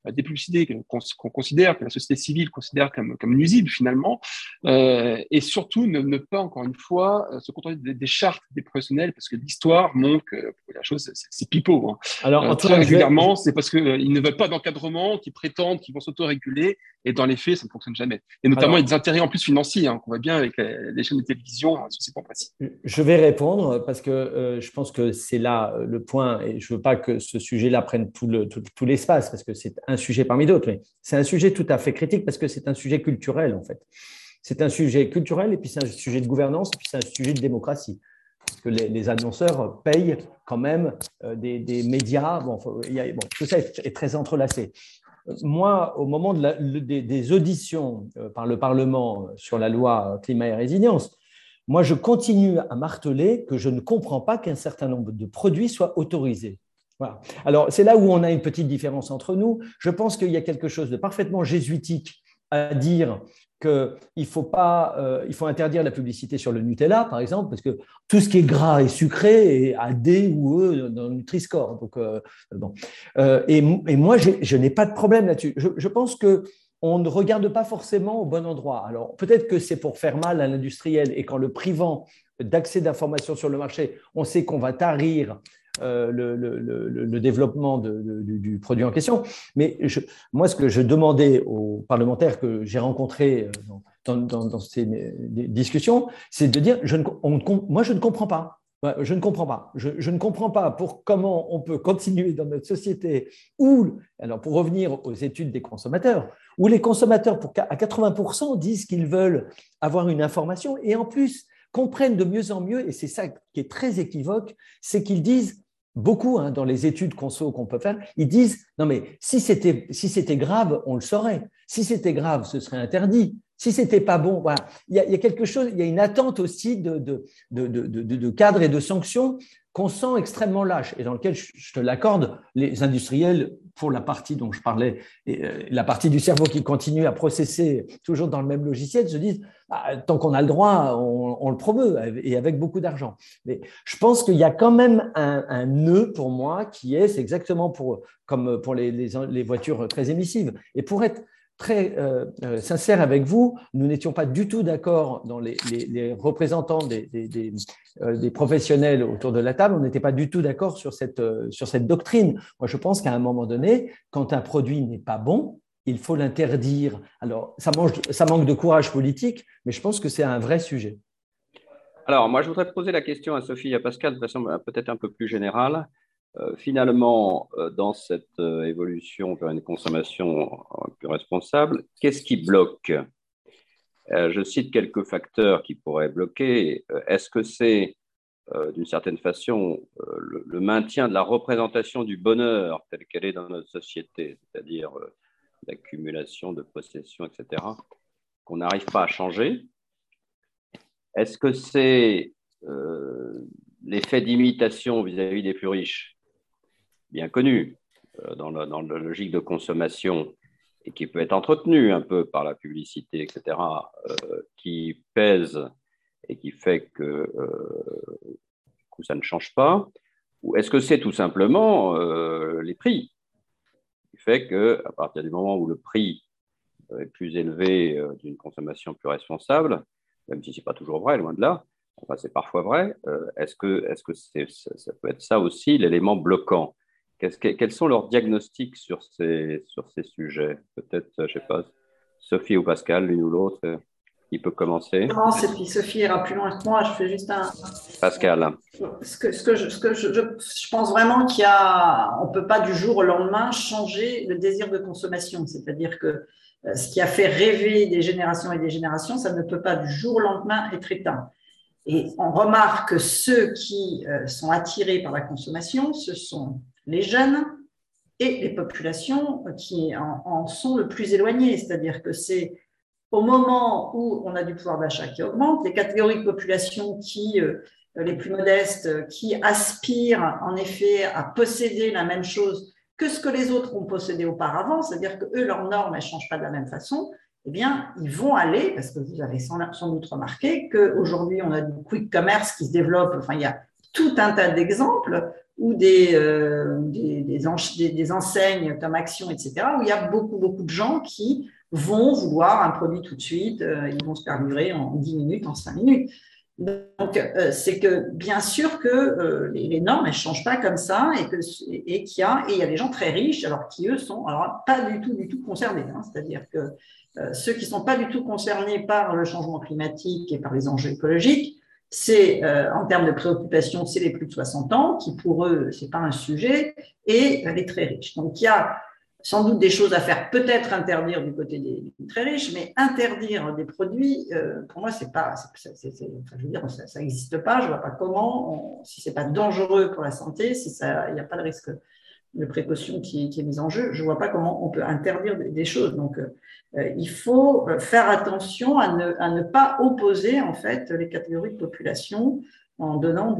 des publicités qu'on considère, que la société civile considère comme nuisibles finalement, et surtout ne pas, encore une fois, se contenter des chartes des professionnels, parce que l'histoire montre que la chose, c'est pipeau. Hein. Alors, Très régulièrement, c'est parce qu'ils ne veulent pas d'encadrement, qu'ils prétendent qu'ils vont s'autoréguler, et dans les faits, ça ne fonctionne jamais. Et notamment, il y a des intérêts en plus financiers, qu'on voit bien avec les chaînes de télévision sur ces points précis. Je vais répondre parce que je pense que c'est là le point, et je ne veux pas que ce sujet-là prenne tout l'espace, parce que c'est un sujet parmi d'autres, mais c'est un sujet tout à fait critique parce que c'est un sujet culturel, en fait. C'est un sujet culturel, et puis c'est un sujet de gouvernance, et puis c'est un sujet de démocratie. Parce que les annonceurs payent quand même des médias. Tout ça est très entrelacé. Moi, au moment des auditions par le Parlement sur la loi climat et résilience, moi, je continue à marteler que je ne comprends pas qu'un certain nombre de produits soient autorisés. Voilà. Alors, c'est là où on a une petite différence entre nous. Je pense qu'il y a quelque chose de parfaitement jésuitique à dire qu'il faut interdire la publicité sur le Nutella, par exemple, parce que tout ce qui est gras et sucré est à D ou E dans le Nutri-Score. Donc, et moi, je n'ai pas de problème là-dessus. Je pense qu'on ne regarde pas forcément au bon endroit. Alors, peut-être que c'est pour faire mal à l'industriel, et qu'en le privant d'accès d'informations sur le marché, on sait qu'on va tarir le développement du produit en question. Mais moi, ce que je demandais aux parlementaires que j'ai rencontrés dans ces discussions, c'est de dire, moi, je ne comprends pas. Je ne comprends pas. Je ne comprends pas comment on peut continuer dans notre société alors pour revenir aux études des consommateurs, où les consommateurs, à 80%, disent qu'ils veulent avoir une information, et en plus comprennent de mieux en mieux, et c'est ça qui est très équivoque, c'est qu'ils disent, beaucoup dans les études conso qu'on peut faire, ils disent non mais si c'était grave, on le saurait. Si c'était grave, ce serait interdit. Si c'était pas bon, voilà. Il y a quelque chose, il y a une attente aussi de cadre et de sanctions qu'on sent extrêmement lâche, et dans lequel, je te l'accorde, les industriels, pour la partie dont je parlais, la partie du cerveau qui continue à processer toujours dans le même logiciel, se disent tant qu'on a le droit, on le promeut, et avec beaucoup d'argent. Mais je pense qu'il y a quand même un nœud pour moi c'est exactement comme pour les voitures très émissives. Et pour être très sincère avec vous, nous n'étions pas du tout d'accord dans les représentants des professionnels autour de la table, on n'était pas du tout d'accord sur cette doctrine. Moi, je pense qu'à un moment donné, quand un produit n'est pas bon, il faut l'interdire. Alors, ça manque de courage politique, mais je pense que c'est un vrai sujet. Alors, moi, je voudrais poser la question à Sophie et à Pascal de façon peut-être un peu plus générale. Finalement, dans cette évolution vers une consommation plus responsable, qu'est-ce qui bloque? Je cite quelques facteurs qui pourraient bloquer. Est-ce que c'est, d'une certaine façon, le maintien de la représentation du bonheur telle qu'elle est dans notre société, c'est-à-dire l'accumulation de possessions, etc., qu'on n'arrive pas à changer? Est-ce que c'est l'effet d'imitation vis-à-vis des plus riches, bien connu dans la logique de consommation, et qui peut être entretenu un peu par la publicité, etc., qui pèse et qui fait que du coup, ça ne change pas? Ou est-ce que c'est tout simplement les prix, qui fait qu'à partir du moment où le prix est plus élevé d'une consommation plus responsable, même si ce n'est pas toujours vrai, loin de là, enfin c'est parfois vrai, est-ce que ça peut être ça aussi l'élément bloquant? Quels sont leurs diagnostics sur ces sujets? Peut-être, je ne sais pas, Sophie ou Pascal, l'une ou l'autre, qui peut commencer? Et puis Sophie ira plus loin que moi. Je fais juste Pascal. Je pense vraiment on ne peut pas du jour au lendemain changer le désir de consommation. C'est-à-dire que ce qui a fait rêver des générations et des générations, ça ne peut pas du jour au lendemain être éteint. Et on remarque que ceux qui sont attirés par la consommation, ce sont les jeunes et les populations qui en sont le plus éloignées. C'est-à-dire que c'est au moment où on a du pouvoir d'achat qui augmente, les catégories de population les plus modestes, qui aspirent en effet à posséder la même chose que ce que les autres ont possédé auparavant, c'est-à-dire que eux, leurs normes, elles ne changent pas de la même façon, eh bien, ils vont aller, parce que vous avez sans doute remarqué qu'aujourd'hui, on a du quick commerce qui se développe, enfin, il y a tout un tas d'exemples où des enseignes comme Action, etc., où il y a beaucoup de gens qui vont vouloir un produit tout de suite, ils vont se faire livrer en 10 minutes, en 5 minutes. Donc, c'est que bien sûr que les normes, elles ne changent pas comme ça et qu'il y a des gens très riches, alors qui, eux, sont alors, pas du tout concernés. Hein, c'est-à-dire que ceux qui ne sont pas du tout concernés par le changement climatique et par les enjeux écologiques, c'est, en termes de préoccupation, c'est les plus de 60 ans, qui pour eux, ce n'est pas un sujet, et les très riches. Donc, il y a sans doute des choses à faire, peut-être interdire du côté des très riches, mais interdire des produits, pour moi, c'est pas, je veux dire, ça n'existe pas. Je vois pas comment, si c'est pas dangereux pour la santé, si ça, il n'y a pas de risque de précaution qui est mise en jeu, je vois pas comment on peut interdire des choses. Donc, il faut faire attention à ne pas opposer en fait les catégories de population en donnant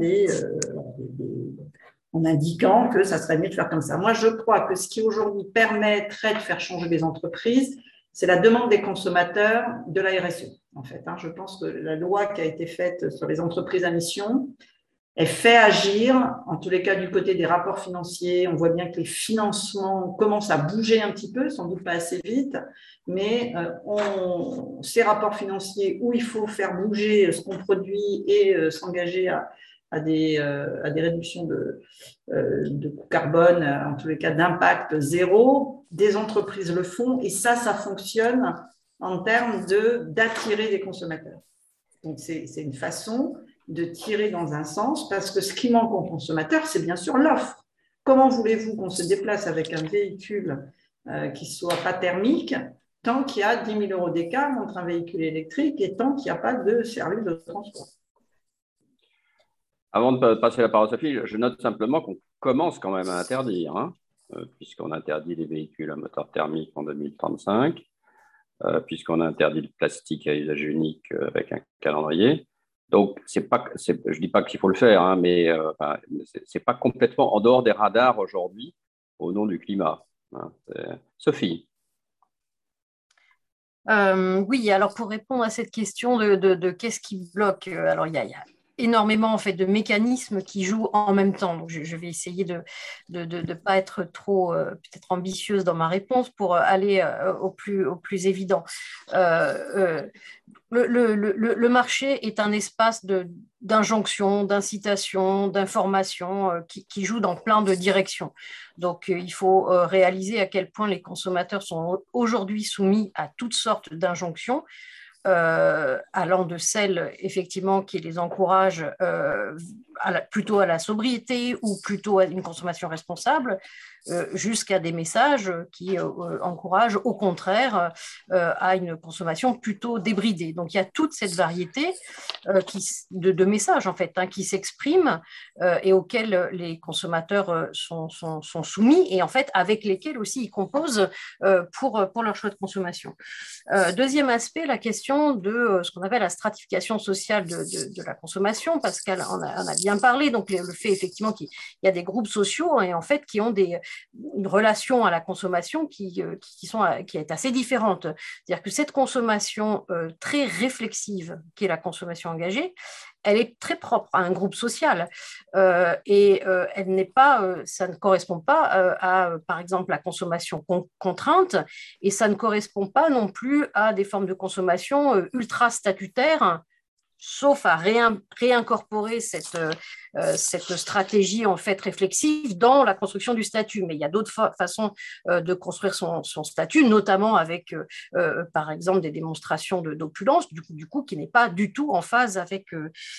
en indiquant que ça serait mieux de faire comme ça. Moi, je crois que ce qui aujourd'hui permettrait de faire changer les entreprises, c'est la demande des consommateurs de la RSE, en fait. Je pense que la loi qui a été faite sur les entreprises à mission, elle fait agir, en tous les cas du côté des rapports financiers. On voit bien que les financements commencent à bouger un petit peu, sans doute pas assez vite, mais ces rapports financiers où il faut faire bouger ce qu'on produit et s'engager à des réductions de carbone, en tous les cas d'impact zéro, des entreprises le font et ça fonctionne en termes d'attirer des consommateurs. Donc, c'est une façon de tirer dans un sens parce que ce qui manque aux consommateurs, c'est bien sûr l'offre. Comment voulez-vous qu'on se déplace avec un véhicule qui ne soit pas thermique tant qu'il y a 10 000 € d'écart entre un véhicule électrique et tant qu'il n'y a pas de service de transport? Avant de passer la parole à Sophie, je note simplement qu'on commence quand même à interdire, puisqu'on interdit les véhicules à moteur thermique en 2035, puisqu'on a interdit le plastique à usage unique avec un calendrier. Donc, je ne dis pas qu'il faut le faire, mais ce n'est pas complètement en dehors des radars aujourd'hui au nom du climat. Sophie. Oui, alors pour répondre à cette question de qu'est-ce qui bloque, alors il y a énormément en fait de mécanismes qui jouent en même temps. Donc je vais essayer de ne pas être trop peut-être ambitieuse dans ma réponse pour aller au plus évident. Le marché est un espace d'injonction, d'incitation, d'information qui joue dans plein de directions. Donc, il faut réaliser à quel point les consommateurs sont aujourd'hui soumis à toutes sortes d'injonctions, allant de celles effectivement qui les encouragent plutôt à la sobriété ou plutôt à une consommation responsable, jusqu'à des messages qui encouragent au contraire à une consommation plutôt débridée. Donc il y a toute cette variété de messages en fait qui s'expriment et auxquels les consommateurs sont soumis et en fait avec lesquels aussi ils composent pour leur choix de consommation. Deuxième aspect, la question de ce qu'on appelle la stratification sociale de la consommation. Pascal en a bien parlé, donc le fait effectivement qu'il y a des groupes sociaux et en fait qui ont une relation à la consommation qui est assez différente. C'est-à-dire que cette consommation très réflexive, qui est la consommation engagée, elle est très propre à un groupe social et elle n'est pas, ça ne correspond pas à, par exemple, la consommation contrainte et ça ne correspond pas non plus à des formes de consommation ultra statutaires, sauf à réincorporer cette stratégie en fait réflexive dans la construction du statut. Mais il y a d'autres façons de construire son statut, notamment avec, par exemple, des démonstrations d'opulence, du coup, qui n'est pas du tout en phase avec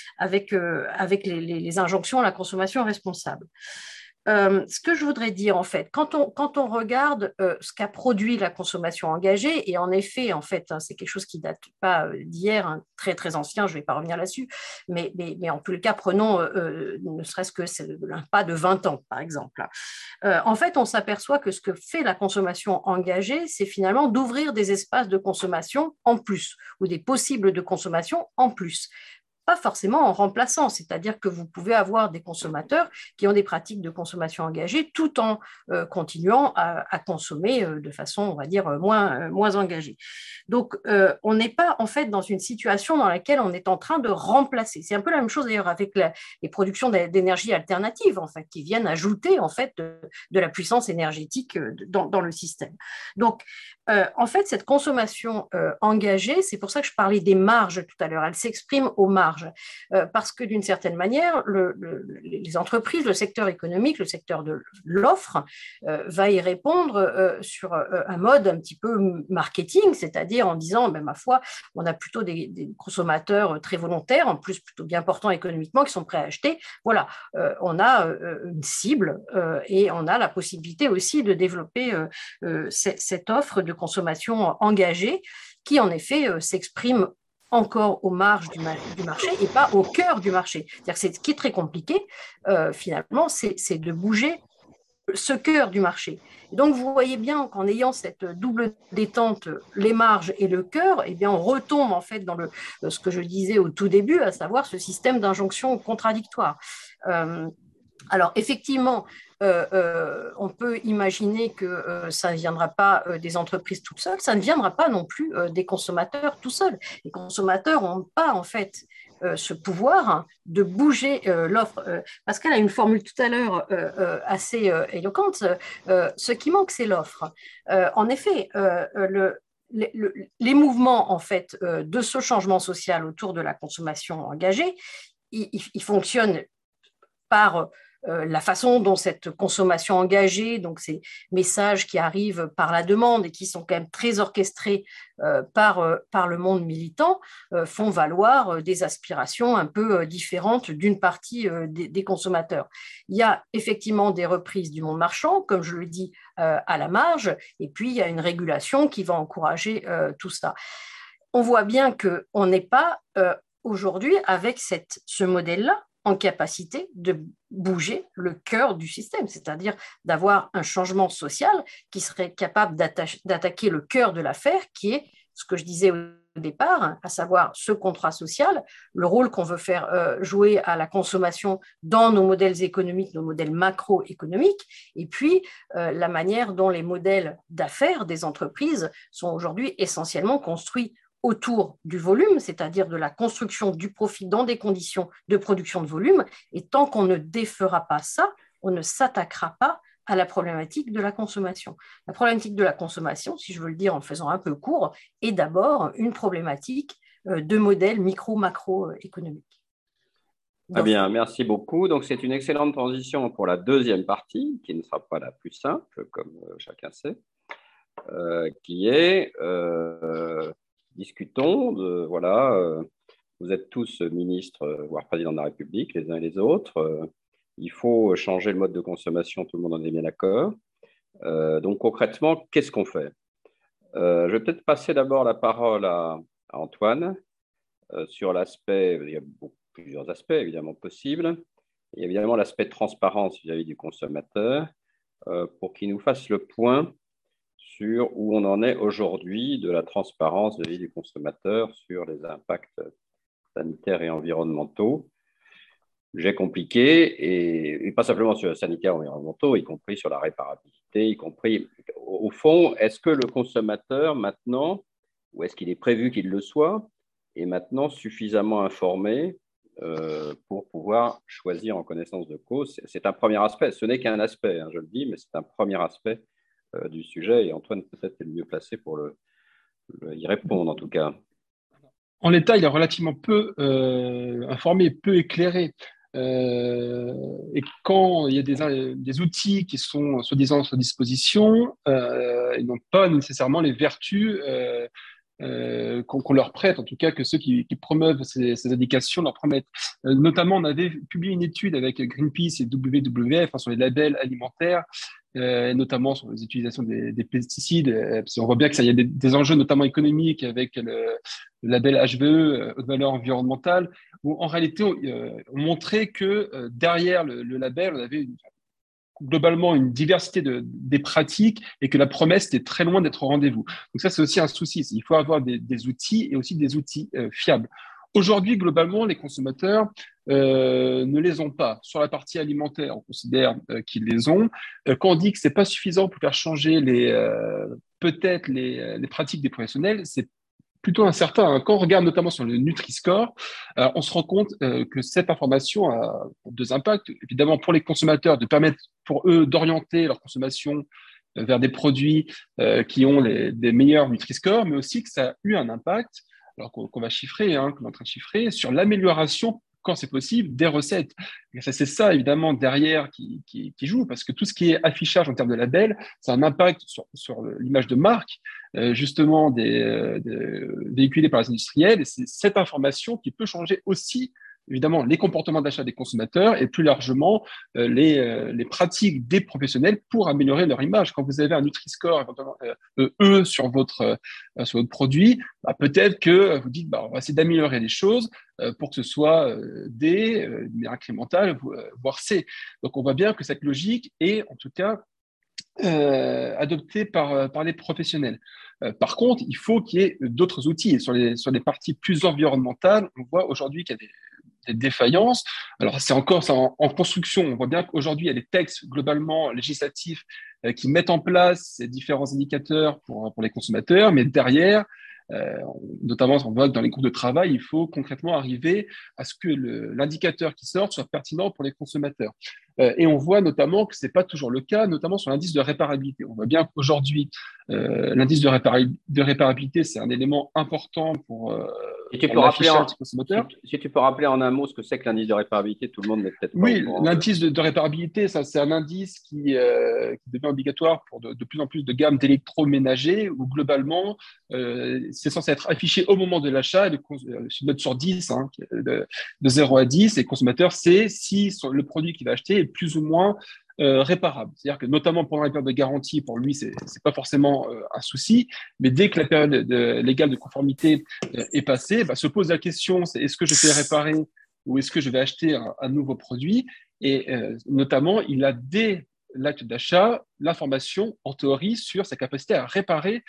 les injonctions à la consommation responsable. Ce que je voudrais dire, en fait, quand on regarde ce qu'a produit la consommation engagée, et en effet, en fait, c'est quelque chose qui ne date pas d'hier, très, très ancien, je ne vais pas revenir là-dessus, mais en tous les cas, prenons ne serait-ce que pas de 20 ans, par exemple. En fait, on s'aperçoit que ce que fait la consommation engagée, c'est finalement d'ouvrir des espaces de consommation en plus, ou des possibles de consommation en plus. pas forcément en remplaçant, c'est-à-dire que vous pouvez avoir des consommateurs qui ont des pratiques de consommation engagée tout en continuant à consommer de façon, on va dire, moins engagée. Donc, on n'est pas en fait dans une situation dans laquelle on est en train de remplacer. C'est un peu la même chose d'ailleurs avec les productions d'énergie alternative, en fait, qui viennent ajouter en fait de la puissance énergétique dans le système. Donc, en fait, cette consommation engagée, c'est pour ça que je parlais des marges tout à l'heure, elle s'exprime aux marges, parce que d'une certaine manière, les entreprises, le secteur économique, le secteur de l'offre, va y répondre sur un mode un petit peu marketing, c'est-à-dire en disant, ben, ma foi, on a plutôt des consommateurs très volontaires, en plus plutôt bien portants économiquement, qui sont prêts à acheter. Voilà, on a une cible et on a la possibilité aussi de développer cette offre de consommation engagée qui, en effet, s'exprime encore aux marges du marché et pas au cœur du marché. C'est-à-dire que ce qui est très compliqué, finalement, c'est de bouger ce cœur du marché. Et donc, vous voyez bien qu'en ayant cette double détente, les marges et le cœur, eh bien, on retombe en fait dans ce que je disais au tout début, à savoir ce système d'injonction contradictoire. Alors, effectivement, on peut imaginer que ça ne viendra pas des entreprises toutes seules, ça ne viendra pas non plus des consommateurs tout seuls. Les consommateurs n'ont pas, en fait, ce pouvoir de bouger l'offre. Pascal a une formule tout à l'heure assez éloquente. Ce qui manque, c'est l'offre. En effet, les mouvements en fait, de ce changement social autour de la consommation engagée, ils fonctionnent par la façon dont cette consommation engagée, donc ces messages qui arrivent par la demande et qui sont quand même très orchestrés par le monde militant, font valoir des aspirations un peu différentes d'une partie des consommateurs. Il y a effectivement des reprises du monde marchand, comme je le dis, à la marge, et puis il y a une régulation qui va encourager tout ça. On voit bien qu'on n'est pas aujourd'hui avec ce modèle-là en capacité de bouger le cœur du système, c'est-à-dire d'avoir un changement social qui serait capable d'attaquer le cœur de l'affaire, qui est ce que je disais au départ, à savoir ce contrat social, le rôle qu'on veut faire jouer à la consommation dans nos modèles économiques, nos modèles macroéconomiques, et puis la manière dont les modèles d'affaires des entreprises sont aujourd'hui essentiellement construits autour du volume, c'est-à-dire de la construction du profit dans des conditions de production de volume. Et tant qu'on ne défera pas ça, on ne s'attaquera pas à la problématique de la consommation. La problématique de la consommation, si je veux le dire en faisant un peu court, est d'abord une problématique de modèle micro-macro-économique. Très bien, merci beaucoup. Donc, c'est une excellente transition pour la deuxième partie, qui ne sera pas la plus simple, comme chacun sait, qui est... discutons de, voilà, vous êtes tous ministres, voire président de la République, les uns et les autres. Il faut changer le mode de consommation, tout le monde en est bien d'accord. Donc concrètement, qu'est-ce qu'on fait? Je vais peut-être passer d'abord la parole à Antoine sur l'aspect, il y a plusieurs aspects évidemment possibles. Il y a évidemment l'aspect de transparence vis-à-vis du consommateur pour qu'il nous fasse le point sur où on en est aujourd'hui de la transparence vis-à-vis du consommateur sur les impacts sanitaires et environnementaux. J'ai compliqué, et pas simplement sur les sanitaires et environnementaux, y compris sur la réparabilité, y compris, au fond, est-ce que le consommateur maintenant, ou est-ce qu'il est prévu qu'il le soit, est maintenant suffisamment informé pour pouvoir choisir en connaissance de cause? C'est un premier aspect, ce n'est qu'un aspect, hein, je le dis, mais c'est un premier aspect du sujet, et Antoine peut-être est le mieux placé pour y répondre en tout cas. En l'état, il est relativement peu informé, peu éclairé. Et quand il y a des outils qui sont soi-disant à sa disposition, ils n'ont pas nécessairement les vertus qu'on leur prête, en tout cas que ceux qui promeuvent ces indications leur promettent. Notamment, on avait publié une étude avec Greenpeace et WWF sur les labels alimentaires, notamment sur les utilisations des pesticides. Parce qu'on voit bien qu'il y a des enjeux notamment économiques avec le label HVE, haute valeur environnementale, où en réalité on montrait que derrière le label, on avait globalement une diversité des pratiques et que la promesse était très loin d'être au rendez-vous. Donc ça, c'est aussi un souci. Il faut avoir des outils et aussi des outils fiables. Aujourd'hui, globalement, les consommateurs ne les ont pas. Sur la partie alimentaire, on considère qu'ils les ont. Quand on dit que c'est pas suffisant pour faire changer peut-être les pratiques des professionnels, c'est plutôt incertain, hein. Quand on regarde notamment sur le Nutri-Score, on se rend compte que cette information a deux impacts. Évidemment, pour les consommateurs, de permettre pour eux d'orienter leur consommation vers des produits qui ont des meilleurs Nutri-Score, mais aussi que ça a eu un impact, alors qu'on va chiffrer, hein, qu'on est en train de chiffrer, sur l'amélioration, quand c'est possible, des recettes. Et ça, c'est ça, évidemment, derrière qui joue, parce que tout ce qui est affichage en termes de label, ça a un impact sur l'image de marque, justement, véhiculée par les industriels. Et c'est cette information qui peut changer aussi, évidemment, les comportements d'achat des consommateurs et plus largement les pratiques des professionnels pour améliorer leur image. Quand vous avez un Nutri-Score, éventuellement E sur votre produit, bah, peut-être que vous dites, bah, on va essayer d'améliorer les choses pour que ce soit D, mais incrémental, voire C. Donc, on voit bien que cette logique est, en tout cas, adoptée par les professionnels. Par contre, il faut qu'il y ait d'autres outils. Et sur les parties plus environnementales, on voit aujourd'hui qu'il y a des défaillances. Alors, c'est encore ça en construction. On voit bien qu'aujourd'hui, il y a des textes globalement législatifs qui mettent en place ces différents indicateurs pour les consommateurs, mais derrière, notamment, on voit que dans les groupes de travail, il faut concrètement arriver à ce que l'indicateur qui sort soit pertinent pour les consommateurs. Et on voit notamment que c'est pas toujours le cas, notamment sur l'indice de réparabilité. On voit bien qu'aujourd'hui, l'indice de réparabilité, c'est un élément important pour l'affichage du consommateur. Si tu peux rappeler en un mot ce que c'est que l'indice de réparabilité, tout le monde n'est peut-être pas Oui, au courant. l'indice de réparabilité, ça, c'est un indice qui devient obligatoire pour de plus en plus de gammes d'électroménagers où globalement, c'est censé être affiché au moment de l'achat, une note sur 10, hein, de 0 à 10, et le consommateur sait si le produit qu'il va acheter est plus ou moins réparable. C'est-à-dire que notamment pendant la période de garantie, pour lui, c'est pas forcément un souci, mais dès que la période légale de conformité est passée, bah, se pose la question, c'est est-ce que je fais réparer ou est-ce que je vais acheter un nouveau produit? Et notamment, il a dès l'acte d'achat l'information en théorie sur sa capacité à réparer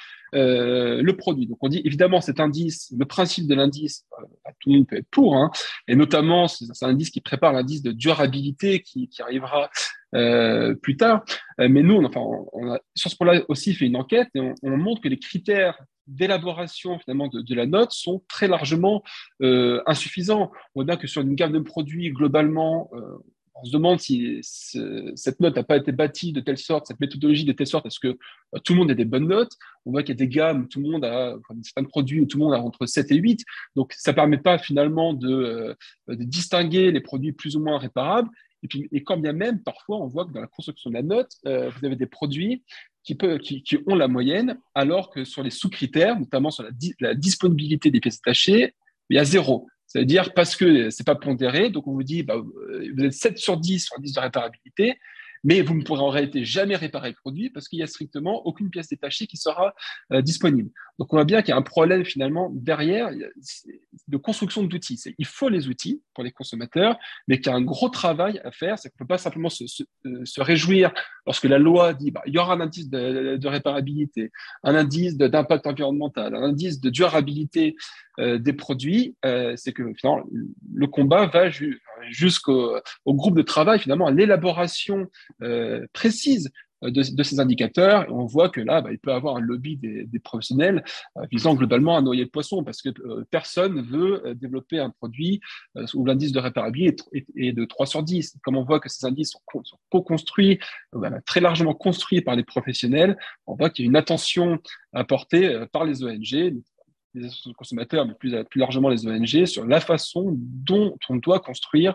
le produit. Donc on dit évidemment cet indice, le principe de l'indice, tout le monde peut être pour, hein, et notamment c'est un indice qui prépare l'indice de durabilité qui arrivera plus tard. Mais nous, on a sur ce point-là aussi fait une enquête et on montre que les critères d'élaboration finalement de la note sont très largement insuffisants. On voit bien que sur une gamme de produits globalement, on se demande si cette note n'a pas été bâtie de telle sorte, cette méthodologie de telle sorte, est-ce que tout le monde a des bonnes notes? On voit qu'il y a des gammes où tout le monde a, certains produits où tout le monde a entre 7 et 8. Donc, ça ne permet pas finalement de distinguer les produits plus ou moins réparables. Et quand bien même, parfois, on voit que dans la construction de la note, vous avez des produits qui ont la moyenne, alors que sur les sous-critères, notamment sur la disponibilité des pièces détachées, il y a 0. Ça veut dire parce que c'est pas pondéré, donc on vous dit, bah, vous êtes 7 sur 10 sur l'indice de réparabilité, mais vous ne pourrez en réalité jamais réparer le produit parce qu'il n'y a strictement aucune pièce détachée qui sera disponible. Donc on voit bien qu'il y a un problème finalement derrière de construction d'outils. Il faut les outils pour les consommateurs, mais qu'il y a un gros travail à faire. C'est qu'on ne peut pas simplement se réjouir lorsque la loi dit il y aura un indice de réparabilité, un indice d'impact environnemental, un indice de durabilité des produits. C'est que finalement, le combat va jusqu'au groupe de travail, finalement, à l'élaboration précise de ces indicateurs. Et on voit que là, il peut y avoir un lobby des professionnels visant globalement à noyer le poisson parce que personne ne veut développer un produit où l'indice de réparabilité est de 3 sur 10. Comme on voit que ces indices sont co-construits, très largement construits par les professionnels, on voit qu'il y a une attention apportée par les ONG, les associations de consommateurs, mais plus largement les ONG, sur la façon dont on doit construire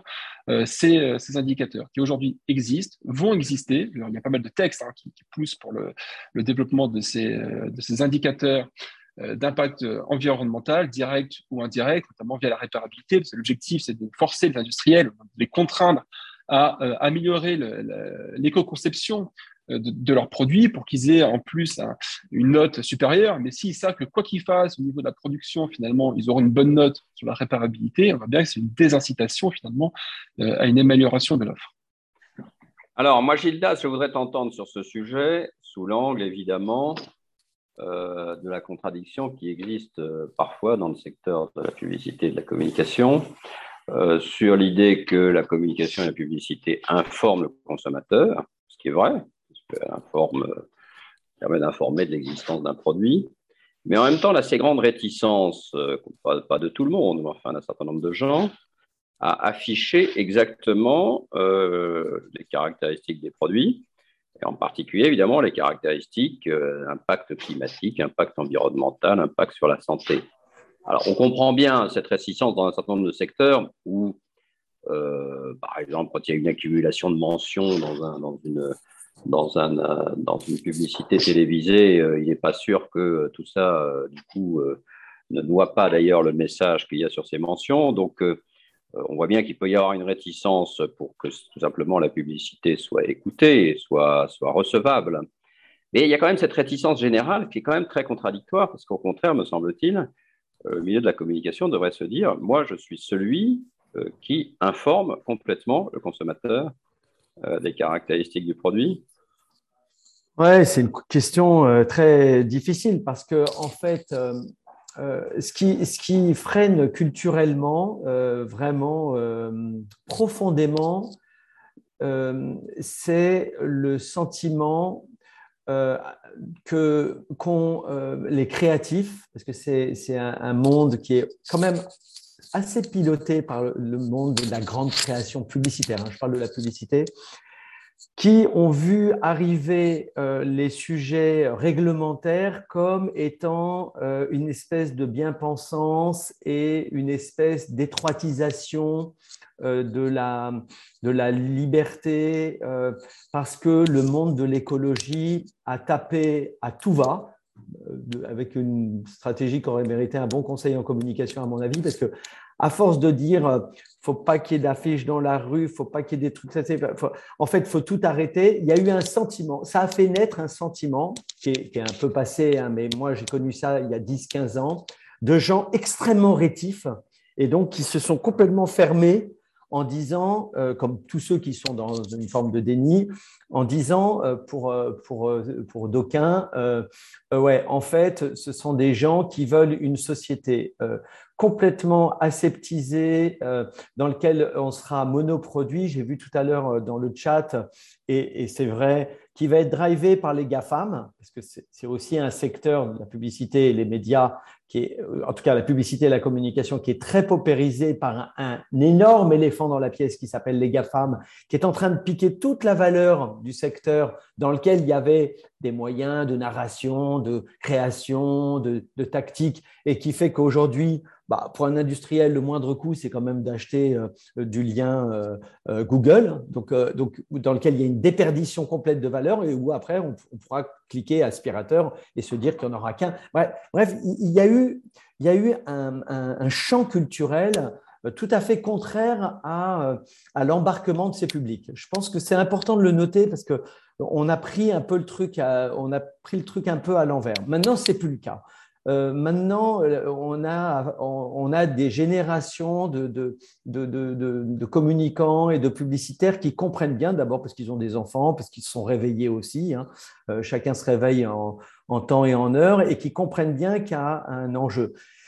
ces indicateurs qui aujourd'hui existent, vont exister. Alors, il y a pas mal de textes qui poussent pour le développement de ces indicateurs d'impact environnemental, direct ou indirect, notamment via la réparabilité, parce que l'objectif, c'est de forcer les industriels, de les contraindre à améliorer l'éco-conception de leurs produits pour qu'ils aient en plus une note supérieure. Mais s'ils savent que quoi qu'ils fassent au niveau de la production, finalement, ils auront une bonne note sur la réparabilité, on voit bien que c'est une désincitation finalement à une amélioration de l'offre. Alors, moi, Gildas, je voudrais t'entendre sur ce sujet, sous l'angle, évidemment, de la contradiction qui existe parfois dans le secteur de la publicité et de la communication, sur l'idée que la communication et la publicité informent le consommateur, ce qui est vrai, parce qu'elle permet d'informer de l'existence d'un produit, mais en même temps, là, ces grandes réticences, pas de tout le monde, mais enfin d'un certain nombre de gens, à afficher exactement les caractéristiques des produits, et en particulier, évidemment, les caractéristiques, impact climatique, impact environnemental, impact sur la santé. Alors, on comprend bien cette réticence dans un certain nombre de secteurs où, par exemple, quand il y a une accumulation de mentions dans une publicité télévisée, il n'est pas sûr que tout ça, du coup, ne noie pas d'ailleurs le message qu'il y a sur ces mentions. Donc, on voit bien qu'il peut y avoir une réticence pour que tout simplement la publicité soit écoutée et soit recevable. Mais il y a quand même cette réticence générale qui est quand même très contradictoire, parce qu'au contraire, me semble-t-il, le milieu de la communication devrait se dire, moi, je suis celui qui informe complètement le consommateur des caractéristiques du produit. Ouais, c'est une question très difficile parce que en fait, ce qui freine culturellement, vraiment profondément, c'est le sentiment qu'ont les créatifs, parce que c'est un monde qui est quand même assez piloté par le monde de la grande création publicitaire, hein, je parle de la publicité, qui ont vu arriver les sujets réglementaires comme étant une espèce de bien-pensance et une espèce d'étroitisation de la liberté, parce que le monde de l'écologie a tapé à tout va, avec une stratégie qui aurait mérité un bon conseil en communication, à mon avis, parce que à force de dire faut pas qu'il y ait d'affiches dans la rue, faut pas qu'il y ait des trucs, en fait, il faut tout arrêter. Il y a eu un sentiment, ça a fait naître un sentiment qui est un peu passé, hein, mais moi j'ai connu ça il y a 10-15 ans, de gens extrêmement rétifs et donc qui se sont complètement fermés en disant, comme tous ceux qui sont dans une forme de déni, en disant pour d'aucuns, ouais, en fait, ce sont des gens qui veulent une société complètement aseptisée, dans laquelle on sera monoproduit. J'ai vu tout à l'heure dans le chat, et c'est vrai, qui va être drivé par les GAFAM, parce que c'est aussi un secteur de la publicité et les médias, qui est, en tout cas la publicité et la communication, qui est très paupérisé par un énorme éléphant dans la pièce qui s'appelle les GAFAM, qui est en train de piquer toute la valeur du secteur dans lequel il y avait des moyens de narration, de création, de tactique, et qui fait qu'aujourd'hui, pour un industriel, le moindre coût, c'est quand même d'acheter du lien Google, donc, dans lequel il y a une déperdition complète de valeur et où après, on pourra cliquer aspirateur et se dire qu'il n'y en aura qu'un. Bref, il y a eu un champ culturel tout à fait contraire à l'embarquement de ces publics. Je pense que c'est important de le noter parce qu'on a pris un peu le truc un peu à l'envers. Maintenant, ce n'est plus le cas. Maintenant, on a des générations de communicants et de publicitaires qui comprennent bien, d'abord parce qu'ils ont des enfants, parce qu'ils se sont réveillés aussi, hein. Chacun se réveille en temps et en heure, et qui comprennent bien qu'il y a un enjeu.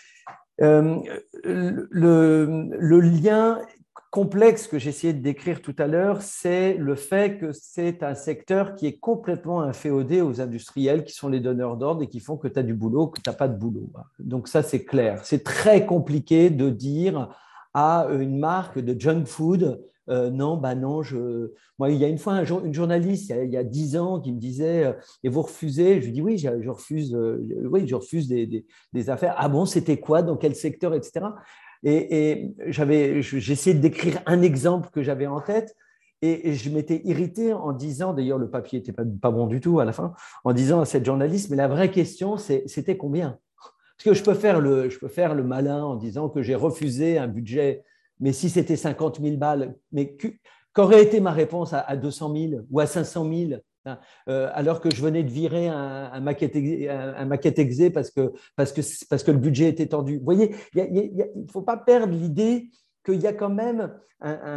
Le lien complexe que j'essayais de décrire tout à l'heure, c'est le fait que c'est un secteur qui est complètement inféodé aux industriels qui sont les donneurs d'ordre et qui font que tu as du boulot, que tu n'as pas de boulot. Donc ça, c'est clair. C'est très compliqué de dire à une marque de junk food non, non, moi, il y a une fois une journaliste, il y a 10 ans, qui me disait et vous refusez? Je lui dis oui, je refuse des affaires. Ah bon, c'était quoi? Dans quel secteur, etc. Et j'essayais de décrire un exemple que j'avais en tête, et je m'étais irrité en disant, d'ailleurs le papier n'était pas bon du tout à la fin, en disant à cette journaliste, mais la vraie question, c'était combien? Parce que je peux faire le malin en disant que j'ai refusé un budget, mais si c'était 50 000 balles, mais qu'aurait été ma réponse à 200 000 ou à 500 000, alors que je venais de virer un maquette exé parce que le budget était tendu. Vous voyez, il ne faut pas perdre l'idée qu'il y a quand même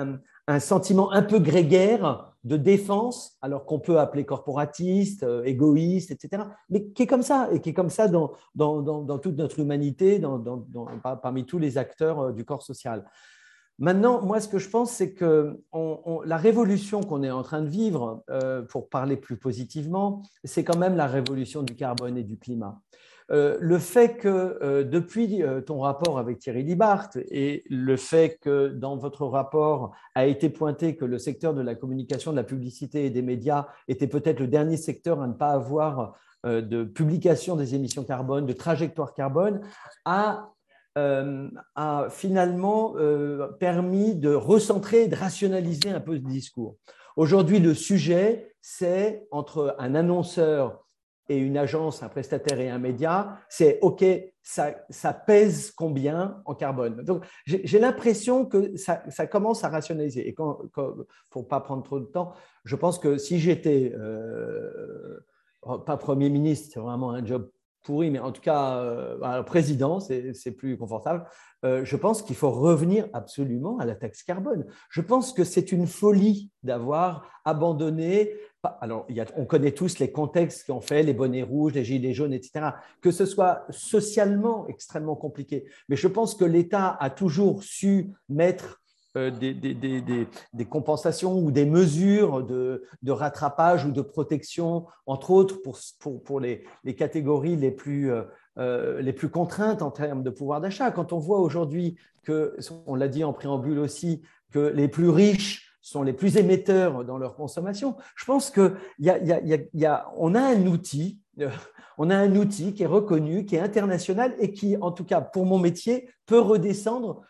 un sentiment un peu grégaire de défense, alors qu'on peut appeler corporatiste, égoïste, etc., mais qui est comme ça, et qui est comme ça dans toute notre humanité, parmi tous les acteurs du corps social. Maintenant, moi, ce que je pense, c'est que la révolution qu'on est en train de vivre, pour parler plus positivement, c'est quand même la révolution du carbone et du climat. Le fait que depuis ton rapport avec Thierry Libart et le fait que dans votre rapport a été pointé que le secteur de la communication, de la publicité et des médias était peut-être le dernier secteur à ne pas avoir de publication des émissions carbone, de trajectoire carbone, a finalement permis de recentrer et de rationaliser un peu ce discours. Aujourd'hui, le sujet, c'est entre un annonceur et une agence, un prestataire et un média, c'est OK, ça pèse combien en carbone. Donc, j'ai l'impression que ça commence à rationaliser. Et pour ne pas prendre trop de temps, je pense que si j'étais pas Premier ministre, c'est vraiment un job pourri, mais en tout cas, président, c'est plus confortable. Je pense qu'il faut revenir absolument à la taxe carbone. Je pense que c'est une folie d'avoir abandonné. Alors, on connaît tous les contextes qui ont fait les bonnets rouges, les gilets jaunes, etc. Que ce soit socialement extrêmement compliqué. Mais je pense que l'État a toujours su mettre des compensations ou des mesures de rattrapage ou de protection, entre autres pour les catégories les plus contraintes en termes de pouvoir d'achat. Quand on voit aujourd'hui que, on l'a dit en préambule aussi, que les plus riches sont les plus émetteurs dans leur consommation, je pense qu'on a un outil. On a un outil qui est reconnu, qui est international et qui, en tout cas pour mon métier, peut redescendre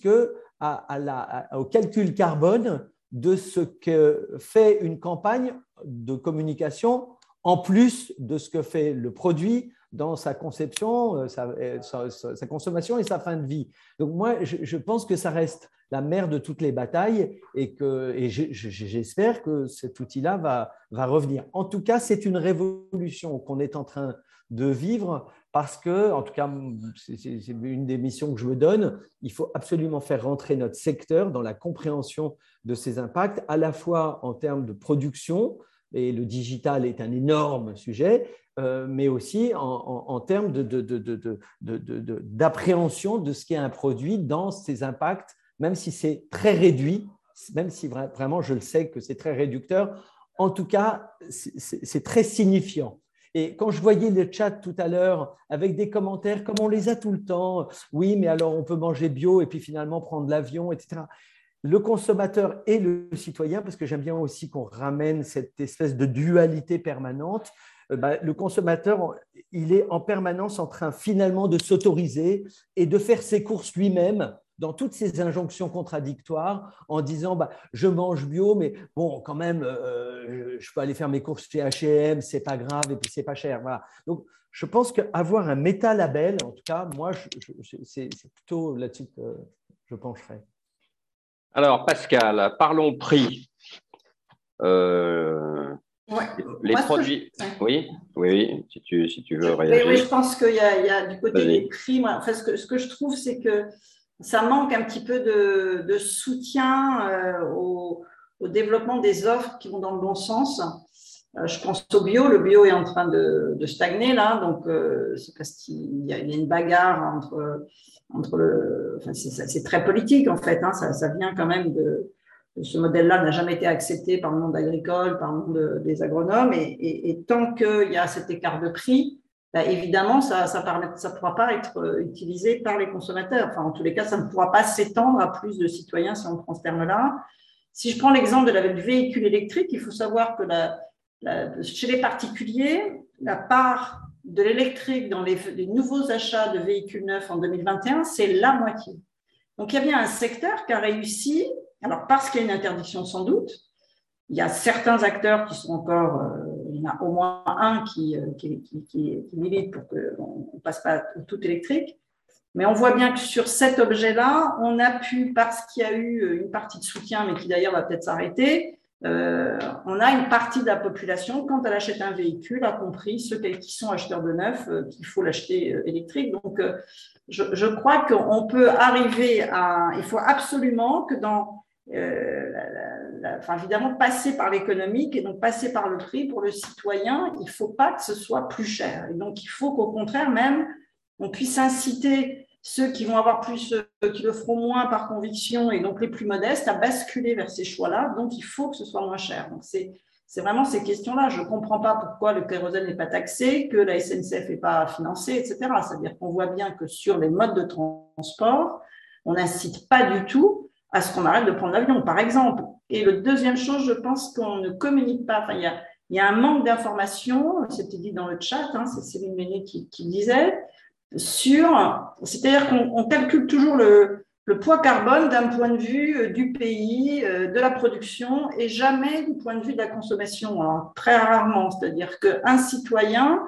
au calcul carbone de ce que fait une campagne de communication en plus de ce que fait le produit dans sa conception, sa consommation et sa fin de vie. Donc moi, je pense que ça reste la mère de toutes les batailles et j'espère que cet outil-là va revenir. En tout cas, c'est une révolution qu'on est en train de vivre parce que, en tout cas, c'est une des missions que je me donne, il faut absolument faire rentrer notre secteur dans la compréhension de ces impacts, à la fois en termes de production, et le digital est un énorme sujet, mais aussi en termes d'appréhension de ce qu'est un produit dans ses impacts, même si c'est très réduit, même si vraiment je le sais que c'est très réducteur, en tout cas, c'est très signifiant. Et quand je voyais le chat tout à l'heure avec des commentaires, comme on les a tout le temps, oui, mais alors on peut manger bio et puis finalement prendre l'avion, etc. Le consommateur et le citoyen, parce que j'aime bien aussi qu'on ramène cette espèce de dualité permanente, le consommateur, il est en permanence en train finalement de s'autoriser et de faire ses courses lui-même dans toutes ces injonctions contradictoires en disant je mange bio, mais bon, quand même, je peux aller faire mes courses chez H&M, c'est pas grave et puis c'est pas cher. Voilà. Donc, je pense qu'avoir un méta-label, en tout cas, moi, c'est plutôt là-dessus que je pencherais. Alors, Pascal, parlons prix. Les produits. Oui, si tu veux réagir. Oui, je pense qu'il y a du côté des prix. Moi, enfin, ce que je trouve, c'est que ça manque un petit peu de soutien au développement des offres qui vont dans le bon sens. Je pense au bio. Le bio est en train de stagner là, donc c'est parce qu'il y a une bagarre entre le. Enfin, c'est très politique en fait. Hein, ça vient quand même de ce modèle-là n'a jamais été accepté par le monde agricole, par le monde des agronomes, et tant qu'il y a cet écart de prix, évidemment, ça ne pourra pas être utilisé par les consommateurs. Enfin, en tous les cas, ça ne pourra pas s'étendre à plus de citoyens si on prend ce terme-là. Si je prends l'exemple du véhicule électrique, il faut savoir que chez les particuliers, la part de l'électrique dans les nouveaux achats de véhicules neufs en 2021, c'est la moitié. Donc, il y a bien un secteur qui a réussi. Alors, parce qu'il y a une interdiction sans doute, il y a certains acteurs qui sont encore, il y en a au moins un qui milite pour qu'on ne passe pas tout électrique. Mais on voit bien que sur cet objet-là, on a pu, parce qu'il y a eu une partie de soutien, mais qui d'ailleurs va peut-être s'arrêter, on a une partie de la population, quand elle achète un véhicule, a compris, ceux qui sont acheteurs de neuf, qu'il faut l'acheter électrique. Donc, je crois qu'on peut arriver il faut absolument que dans enfin, évidemment, passer par l'économique et donc passer par le prix pour le citoyen, il ne faut pas que ce soit plus cher. Et donc, il faut qu'au contraire, même, on puisse inciter ceux qui vont avoir plus, qui le feront moins par conviction et donc les plus modestes à basculer vers ces choix-là. Donc, il faut que ce soit moins cher. Donc, c'est vraiment ces questions-là. Je ne comprends pas pourquoi le kérosène n'est pas taxé, que la SNCF n'est pas financée, etc. C'est-à-dire qu'on voit bien que sur les modes de transport, on n'incite pas du tout à ce qu'on arrête de prendre l'avion, par exemple. Et la deuxième chose, je pense qu'on ne communique pas. Enfin, il y a un manque d'information, c'était dit dans le chat, hein, c'est Céline Ménet qui disait, c'est-à-dire qu'on calcule toujours le poids carbone d'un point de vue du pays, de la production, et jamais du point de vue de la consommation. Alors, très rarement, c'est-à-dire qu'un citoyen,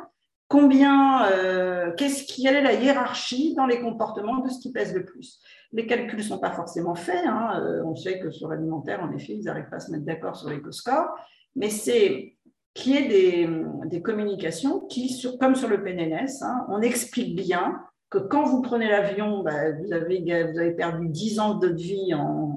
quelle est la hiérarchie dans les comportements de ce qui pèse le plus? Les calculs ne sont pas forcément faits. Hein. On sait que sur l'alimentaire, en effet, ils n'arrivent pas à se mettre d'accord sur l'éco-score, mais c'est qu'il y ait des communications qui, comme sur le PNNS, hein, on explique bien que quand vous prenez l'avion, vous avez perdu 10 ans de vie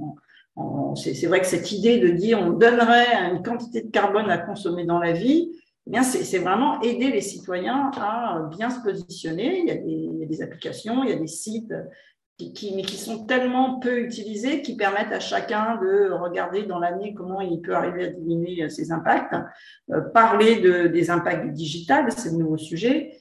c'est vrai que cette idée de dire on donnerait une quantité de carbone à consommer dans la vie, eh bien c'est vraiment aider les citoyens à bien se positionner. Il y a des applications, il y a des sites mais qui sont tellement peu utilisés qui permettent à chacun de regarder dans l'année comment il peut arriver à diminuer ses impacts, parler des impacts du digital, c'est le nouveau sujet,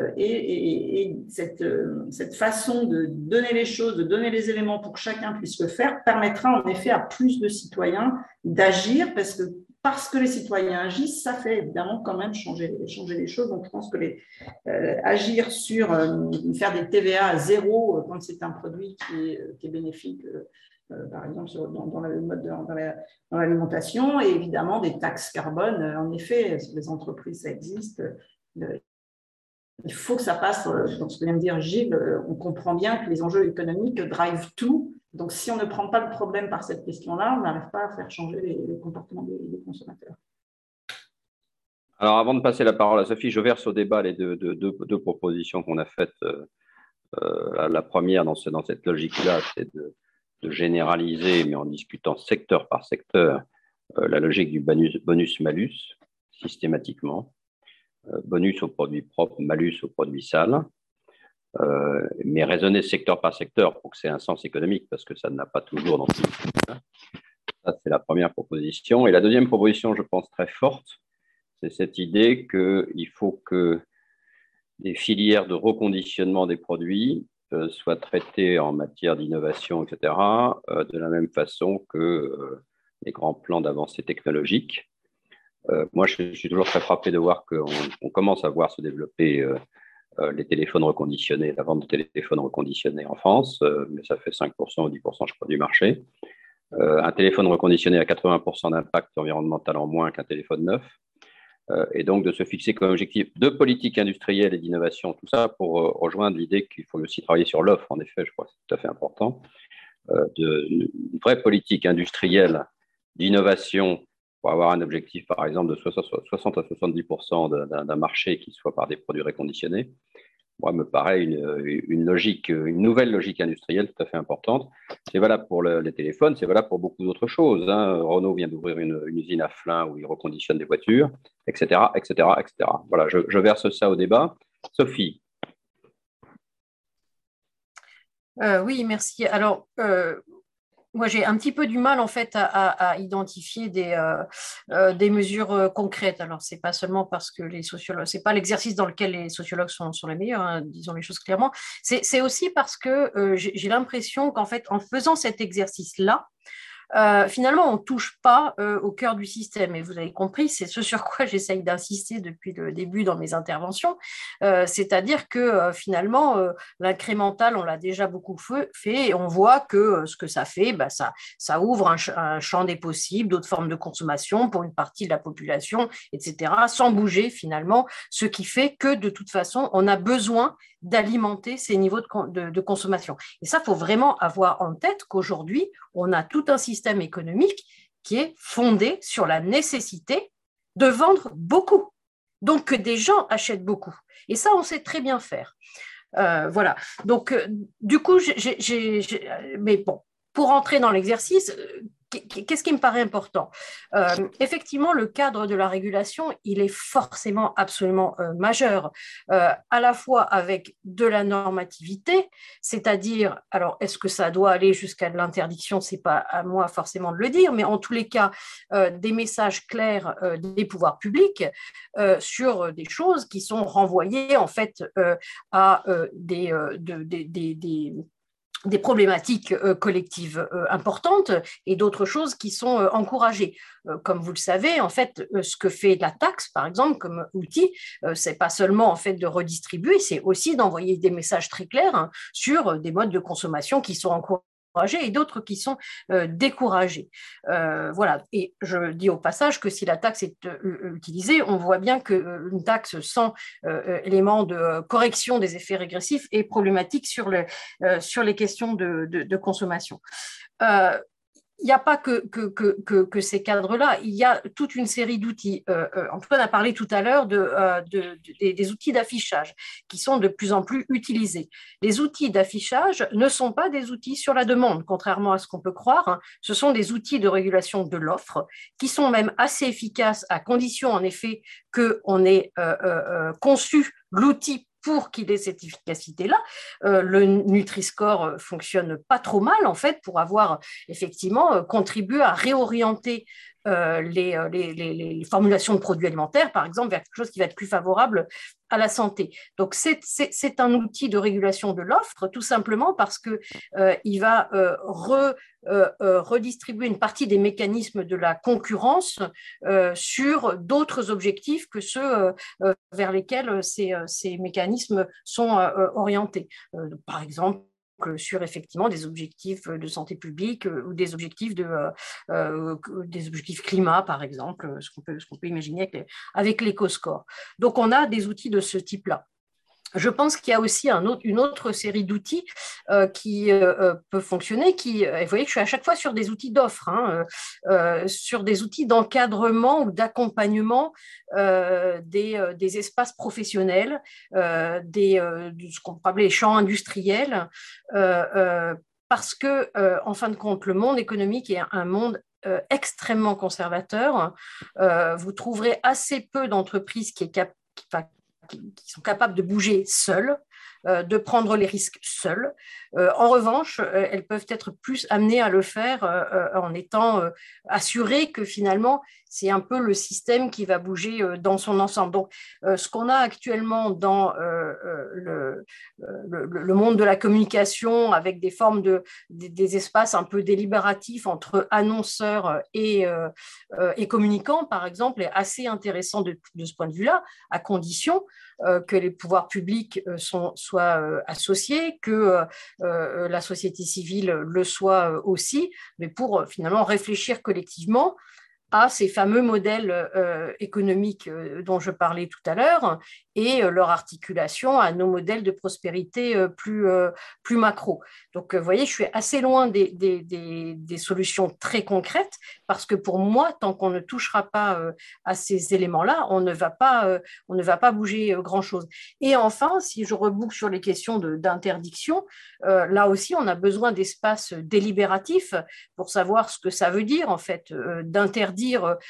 et cette façon de donner les choses, de donner les éléments pour que chacun puisse le faire, permettra en effet à plus de citoyens d'agir parce que les citoyens agissent, ça fait évidemment quand même changer les choses. Donc, je pense que agir sur faire des TVA à zéro quand c'est un produit qui est bénéfique, par exemple dans l'alimentation, et évidemment des taxes carbone. En effet, sur les entreprises, ça existe. Il faut que ça passe, dans ce que vient de dire Gilles, on comprend bien que les enjeux économiques drivent tout. Donc, si on ne prend pas le problème par cette question-là, on n'arrive pas à faire changer les comportements des consommateurs. Alors, avant de passer la parole à Sophie, je verse au débat les deux propositions qu'on a faites. La première, dans cette logique-là, c'est de généraliser, mais en discutant secteur par secteur, la logique du bonus-malus, systématiquement. Bonus aux produits propres, malus aux produits sales. Mais raisonner secteur par secteur pour que c'est un sens économique, parce que ça n'a pas toujours dans tous les secteurs. Ça, c'est la première proposition. Et la deuxième proposition, je pense, très forte, c'est cette idée qu'il faut que les filières de reconditionnement des produits soient traitées en matière d'innovation, etc., de la même façon que les grands plans d'avancée technologique. Moi, je suis toujours très frappé de voir qu'on commence à voir se développer les téléphones reconditionnés, la vente de téléphones reconditionnés en France, mais ça fait 5% ou 10%, je crois, du marché. Un téléphone reconditionné a 80% d'impact environnemental en moins qu'un téléphone neuf. Et donc, de se fixer comme objectif de politique industrielle et d'innovation, tout ça pour rejoindre l'idée qu'il faut aussi travailler sur l'offre. En effet, je crois que c'est tout à fait important. Une vraie politique industrielle d'innovation pour avoir un objectif, par exemple, de 60 à 70% d'un marché qui soit par des produits réconditionnés, moi, me paraît une nouvelle logique industrielle tout à fait importante. C'est valable pour les téléphones, c'est valable pour beaucoup d'autres choses. Hein. Renault vient d'ouvrir une usine à Flins où ils reconditionnent des voitures, etc., etc., etc. Voilà, je verse ça au débat. Sophie. Oui, merci. Alors, moi, j'ai un petit peu du mal en fait à identifier des mesures concrètes. Alors, c'est pas seulement parce que les sociologues, c'est pas l'exercice dans lequel les sociologues sont les meilleurs, hein, disons les choses clairement. C'est aussi parce que j'ai l'impression qu'en fait, en faisant cet exercice-là, finalement, on ne touche pas au cœur du système. Et vous avez compris, c'est ce sur quoi j'essaye d'insister depuis le début dans mes interventions. C'est-à-dire que finalement, l'incrémental, on l'a déjà beaucoup fait et on voit que ce que ça fait, ça ouvre un champ des possibles, d'autres formes de consommation pour une partie de la population, etc., sans bouger finalement, ce qui fait que de toute façon, on a besoin d'alimenter ces niveaux de consommation. Et ça, il faut vraiment avoir en tête qu'aujourd'hui, on a tout un système économique qui est fondé sur la nécessité de vendre beaucoup. Donc, que des gens achètent beaucoup. Et ça, on sait très bien faire. Voilà. Donc, du coup, mais bon, pour entrer dans l'exercice, qu'est-ce qui me paraît important? Effectivement, le cadre de la régulation, il est forcément absolument majeur, à la fois avec de la normativité, c'est-à-dire, alors est-ce que ça doit aller jusqu'à de l'interdiction? C'est pas à moi forcément de le dire, mais en tous les cas, des messages clairs des pouvoirs publics sur des choses qui sont renvoyées en fait à des problématiques collectives importantes et d'autres choses qui sont encouragées. Comme vous le savez, en fait, ce que fait la taxe, par exemple, comme outil, c'est pas seulement en fait de redistribuer, c'est aussi d'envoyer des messages très clairs sur des modes de consommation qui sont encouragés et d'autres qui sont découragés. Voilà. Et je dis au passage que si la taxe est utilisée, on voit bien qu'une taxe sans élément de correction des effets régressifs est problématique sur les questions de consommation. Il n'y a pas que ces cadres-là, il y a toute une série d'outils. En tout cas, on a parlé tout à l'heure des outils d'affichage qui sont de plus en plus utilisés. Les outils d'affichage ne sont pas des outils sur la demande, contrairement à ce qu'on peut croire, hein. Ce sont des outils de régulation de l'offre qui sont même assez efficaces à condition, en effet, qu'on ait conçu l'outil pour qu'il ait cette efficacité-là. Le Nutri-Score fonctionne pas trop mal, en fait, pour avoir effectivement contribué à réorienter les formulations de produits alimentaires, par exemple, vers quelque chose qui va être plus favorable à la santé. Donc, c'est un outil de régulation de l'offre, tout simplement parce qu'il va redistribuer une partie des mécanismes de la concurrence sur d'autres objectifs que ceux vers lesquels ces mécanismes sont orientés. Par exemple, sur effectivement des objectifs de santé publique ou des objectifs des objectifs climat, par exemple, ce qu'on peut imaginer avec l'éco-score. Donc, on a des outils de ce type-là. Je pense qu'il y a aussi une autre série d'outils qui peut fonctionner. Vous voyez que je suis à chaque fois sur des outils d'offre, hein, sur des outils d'encadrement ou d'accompagnement des espaces professionnels, de ce qu'on peut appeler les champs industriels, parce que, en fin de compte, le monde économique est un monde extrêmement conservateur. Vous trouverez assez peu d'entreprises qui sont capables de bouger seules, de prendre les risques seules. En revanche, elles peuvent être plus amenées à le faire en étant assurées que finalement, c'est un peu le système qui va bouger dans son ensemble. Donc, ce qu'on a actuellement dans le monde de la communication, avec des formes des espaces un peu délibératifs entre annonceurs et communicants, par exemple, est assez intéressant de ce point de vue-là, à condition que les pouvoirs publics soient associés, que la société civile le soit aussi, mais pour finalement réfléchir collectivement à ces fameux modèles économiques dont je parlais tout à l'heure et leur articulation à nos modèles de prospérité plus macro. Donc, vous voyez, je suis assez loin des solutions très concrètes parce que pour moi, tant qu'on ne touchera pas à ces éléments-là, on ne va pas bouger grand-chose. Et enfin, si je reboucle sur les questions d'interdiction, là aussi, on a besoin d'espaces délibératifs pour savoir ce que ça veut dire, en fait, d'interdire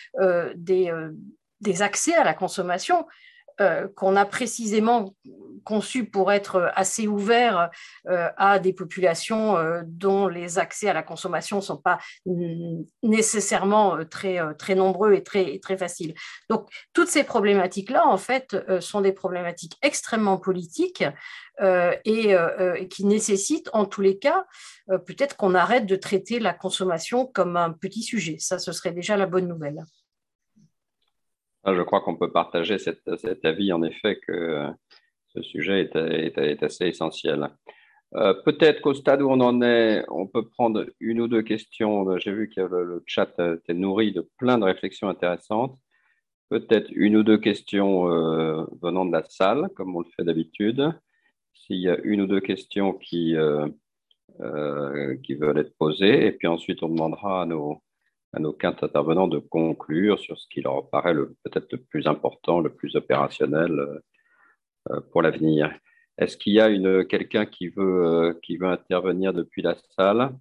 des accès à la consommation qu'on a précisément conçus pour être assez ouverts à des populations dont les accès à la consommation ne sont pas nécessairement très nombreux et très faciles. Donc, toutes ces problématiques-là, en fait, sont des problématiques extrêmement politiques et qui nécessitent, en tous les cas, peut-être qu'on arrête de traiter la consommation comme un petit sujet. Ça, ce serait déjà la bonne nouvelle. Je crois qu'on peut partager cet avis, en effet, que ce sujet est assez essentiel. Peut-être qu'au stade où on en est, on peut prendre une ou deux questions. J'ai vu que le chat était nourri de plein de réflexions intéressantes. Peut-être une ou deux questions venant de la salle, comme on le fait d'habitude. S'il y a une ou deux questions qui veulent être posées, et puis ensuite on demandera à nos 15 intervenants de conclure sur ce qui leur paraît peut-être le plus important, le plus opérationnel pour l'avenir. Est-ce qu'il y a quelqu'un qui veut intervenir depuis la salle?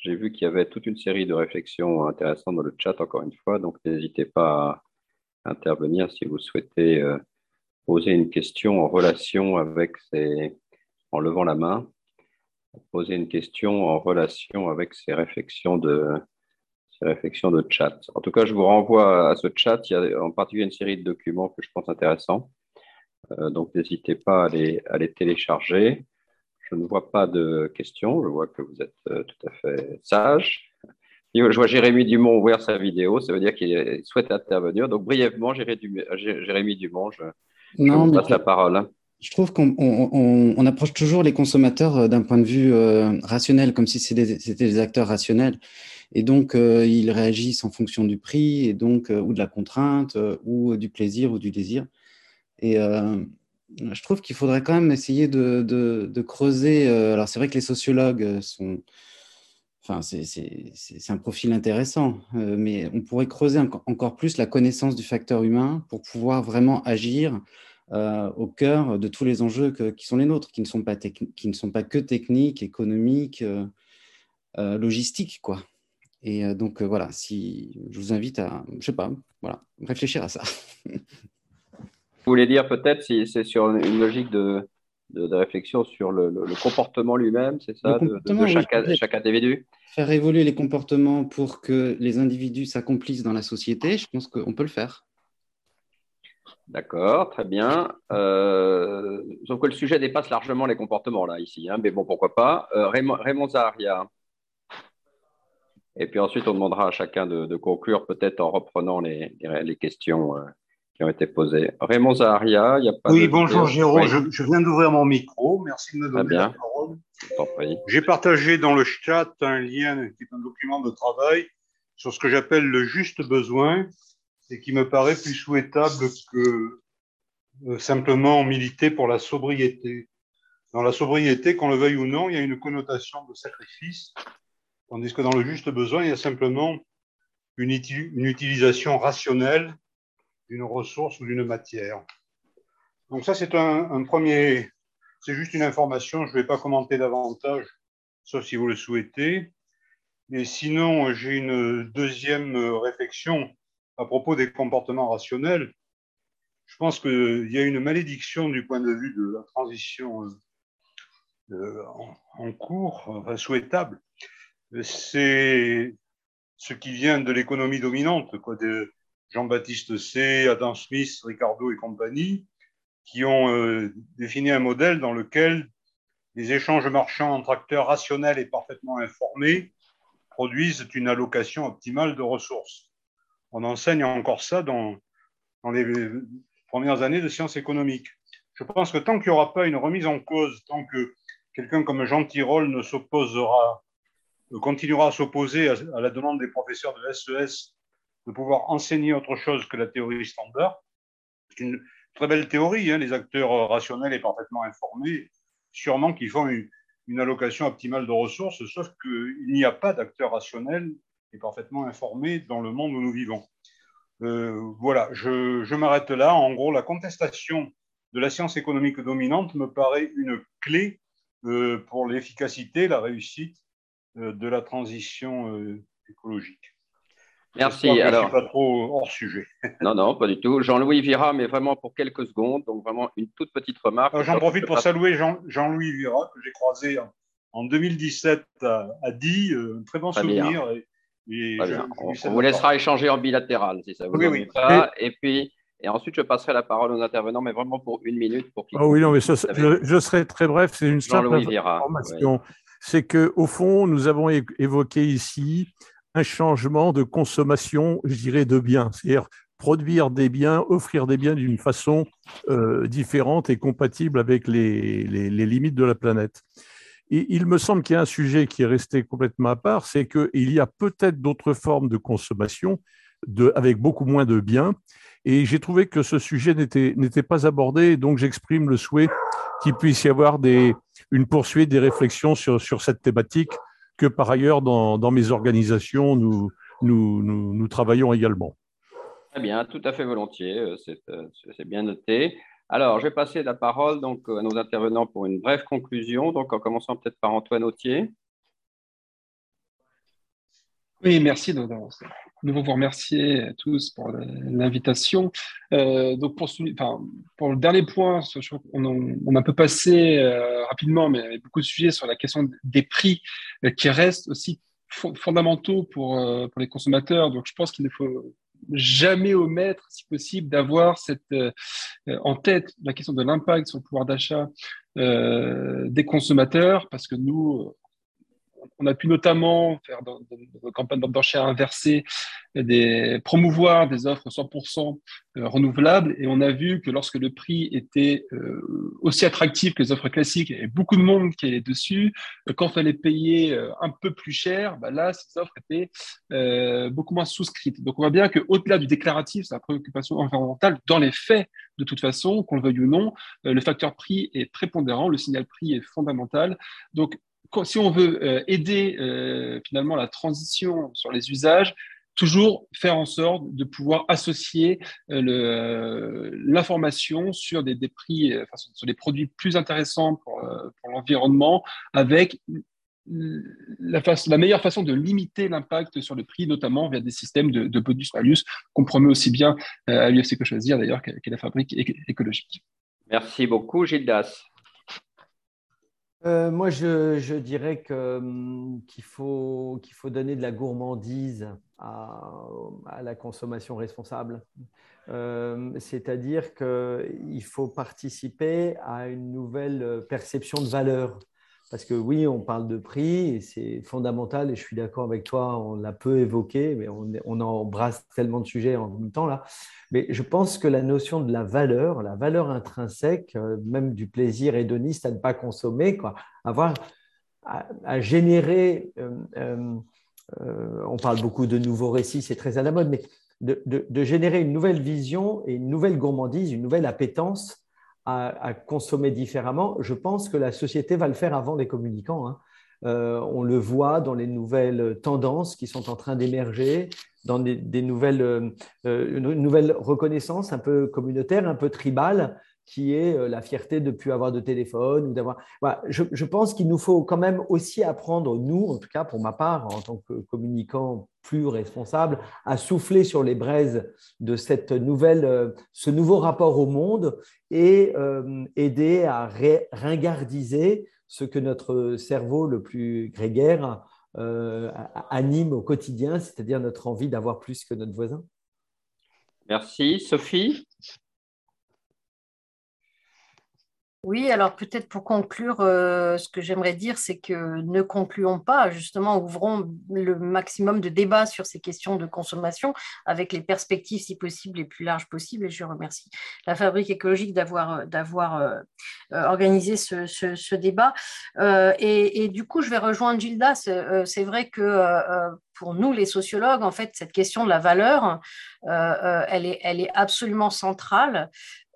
J'ai vu qu'il y avait toute une série de réflexions intéressantes dans le chat, encore une fois, donc n'hésitez pas à intervenir si vous souhaitez poser une question en relation avec en levant la main, poser une question en relation avec ces réflexions de chat. En tout cas, je vous renvoie à ce chat. Il y a en particulier une série de documents que je pense intéressants. Donc, n'hésitez pas à les télécharger. Je ne vois pas de questions. Je vois que vous êtes tout à fait sage. Je vois Jérémy Dumont ouvrir sa vidéo. Ça veut dire qu'il souhaite intervenir. Donc, brièvement, Jérémy Dumont, je Non, vous mais passe la parole. je trouve qu'on approche toujours les consommateurs d'un point de vue rationnel, comme si c'était des acteurs rationnels. Et donc, ils réagissent en fonction du prix, et donc, ou de la contrainte, ou du plaisir, ou du désir. Et je trouve qu'il faudrait quand même essayer de creuser. Alors, c'est vrai que les sociologues sont. Enfin, c'est un profil intéressant, mais on pourrait creuser encore plus la connaissance du facteur humain pour pouvoir vraiment agir au cœur de tous les enjeux qui sont les nôtres, qui ne sont pas que techniques, économiques, logistiques, quoi. Et donc, voilà, si je vous invite à, je sais pas, voilà, réfléchir à ça. Vous voulez dire peut-être si c'est sur une logique de réflexion sur le comportement lui-même, c'est Le ça, comportement, de oui, chaque individu? faire évoluer les comportements pour que les individus s'accomplissent dans la société, je pense qu'on peut le faire. D'accord, très bien. Sauf que le sujet dépasse largement les comportements là, ici, hein, mais bon, pourquoi pas. Raymond Zaharia. Et puis ensuite, on demandera à chacun de conclure peut-être en reprenant les questions qui ont été posées. Raymond Zaharia, il n'y a pas de Oui, vidéo? bonjour Géraud, Oui, je viens d'ouvrir mon micro, merci de me très donner la bien, parole. je t'en prie. J'ai partagé dans le chat un lien qui est un document de travail sur ce que j'appelle le juste besoin et qui me paraît plus souhaitable que simplement militer pour la sobriété. Dans la sobriété, qu'on le veuille ou non, il y a une connotation de sacrifice, tandis que dans le juste besoin, il y a simplement une utilisation rationnelle d'une ressource ou d'une matière. Donc ça, c'est un premier, c'est juste une information, je ne vais pas commenter davantage, sauf si vous le souhaitez. Et sinon, j'ai une deuxième réflexion à propos des comportements rationnels. Je pense qu'il y a une malédiction du point de vue de la transition en cours, enfin, souhaitable. C'est ce qui vient de l'économie dominante, quoi, de Jean-Baptiste C., Adam Smith, Ricardo et compagnie, qui ont défini un modèle dans lequel les échanges marchands entre acteurs rationnels et parfaitement informés produisent une allocation optimale de ressources. On enseigne encore ça dans les premières années de sciences économiques. Je pense que tant qu'il n'y aura pas une remise en cause, tant que quelqu'un comme Jean Tirole continuera à s'opposer à la demande des professeurs de SES de pouvoir enseigner autre chose que la théorie standard, c'est une très belle théorie, hein, les acteurs rationnels et parfaitement informés, sûrement qu'ils font une allocation optimale de ressources, sauf qu'il n'y a pas d'acteurs rationnels et parfaitement informés dans le monde où nous vivons. Voilà, je m'arrête là. En gros, la contestation de la science économique dominante me paraît une clé pour l'efficacité, la réussite de la transition écologique. Merci. Alors, je ne Alors, suis pas trop hors sujet. non, non, pas du tout. Jean-Louis Vira, mais vraiment pour quelques secondes, donc vraiment une toute petite remarque. J'en profite pour saluer Jean-Louis Vira, que j'ai croisé en 2017 à Die, un très bon souvenir. Très bien. On vous laissera échanger en bilatéral si ça vous ennuie pas. Et ensuite, je passerai la parole aux intervenants, mais vraiment pour une minute. Oui, non, mais je serai très bref. C'est une simple information. Oui. C'est qu'au fond, nous avons évoqué ici un changement de consommation, je dirais, de biens. C'est-à-dire produire des biens, offrir des biens d'une façon différente et compatible avec les limites de la planète. Et il me semble qu'il y a un sujet qui est resté complètement à part, c'est qu'il y a peut-être d'autres formes de consommation avec beaucoup moins de biens. Et j'ai trouvé que ce sujet n'était pas abordé, donc j'exprime le souhait qu'il puisse y avoir une poursuite des réflexions sur cette thématique, que par ailleurs, dans mes organisations, nous travaillons également. Très bien, tout à fait volontiers, c'est bien noté. Alors, je vais passer la parole donc, à nos intervenants pour une brève conclusion, donc en commençant peut-être par Antoine Autier. Oui, merci de nouveau vous remercier tous pour l'invitation. Donc pour le dernier point, on a un peu passé rapidement, mais il y avait beaucoup de sujets sur la question des prix qui restent aussi fondamentaux pour les consommateurs. Donc je pense qu'il ne faut jamais omettre, si possible, d'avoir en tête la question de l'impact sur le pouvoir d'achat des consommateurs, parce que nous, on a pu notamment faire dans nos campagnes d'enchères inversées promouvoir des offres 100% renouvelables, et on a vu que lorsque le prix était aussi attractif que les offres classiques, il y avait beaucoup de monde qui allait dessus. Quand il fallait payer un peu plus cher, là, ces offres étaient beaucoup moins souscrites. Donc on voit bien qu'au-delà du déclaratif, c'est la préoccupation environnementale, dans les faits, de toute façon, qu'on le veuille ou non, le facteur prix est prépondérant, le signal prix est fondamental. Donc si on veut aider finalement la transition sur les usages, toujours faire en sorte de pouvoir associer l'information sur des prix, sur des produits plus intéressants pour l'environnement, avec la meilleure façon de limiter l'impact sur le prix, notamment via des systèmes de bonus-malus qu'on promeut aussi bien à l'UFC Que Choisir d'ailleurs qu'à la Fabrique écologique. Merci beaucoup, Gilles Daas. Moi, je dirais qu'il faut donner de la gourmandise à la consommation responsable. C'est-à-dire qu'il faut participer à une nouvelle perception de valeur. Parce que oui, on parle de prix et c'est fondamental, et je suis d'accord avec toi, on l'a peu évoqué, mais on embrasse tellement de sujets en même temps là. Mais je pense que la notion de la valeur intrinsèque, même du plaisir hédoniste à ne pas consommer, à générer, on parle beaucoup de nouveaux récits, c'est très à la mode, mais de générer une nouvelle vision et une nouvelle gourmandise, une nouvelle appétence à consommer différemment. Je pense que la société va le faire avant les communicants, hein. On le voit dans les nouvelles tendances qui sont en train d'émerger, dans des nouvelles, une nouvelle reconnaissance un peu communautaire, un peu tribale, qui est la fierté de ne plus avoir de téléphone ou d'avoir. Voilà, je pense qu'il nous faut quand même aussi apprendre, nous, en tout cas pour ma part, en tant que communicant plus responsable, à souffler sur les braises de ce nouveau rapport au monde et aider à ringardiser ce que notre cerveau le plus grégaire anime au quotidien, c'est-à-dire notre envie d'avoir plus que notre voisin. Merci. Sophie ? Oui, alors peut-être pour conclure, ce que j'aimerais dire, c'est que ne concluons pas, justement, ouvrons le maximum de débats sur ces questions de consommation avec les perspectives, si possible, les plus larges possibles. Et je remercie la Fabrique écologique d'avoir organisé ce débat. Et du coup, je vais rejoindre Gilda. C'est vrai que pour nous, les sociologues, en fait, cette question de la valeur, elle est absolument centrale.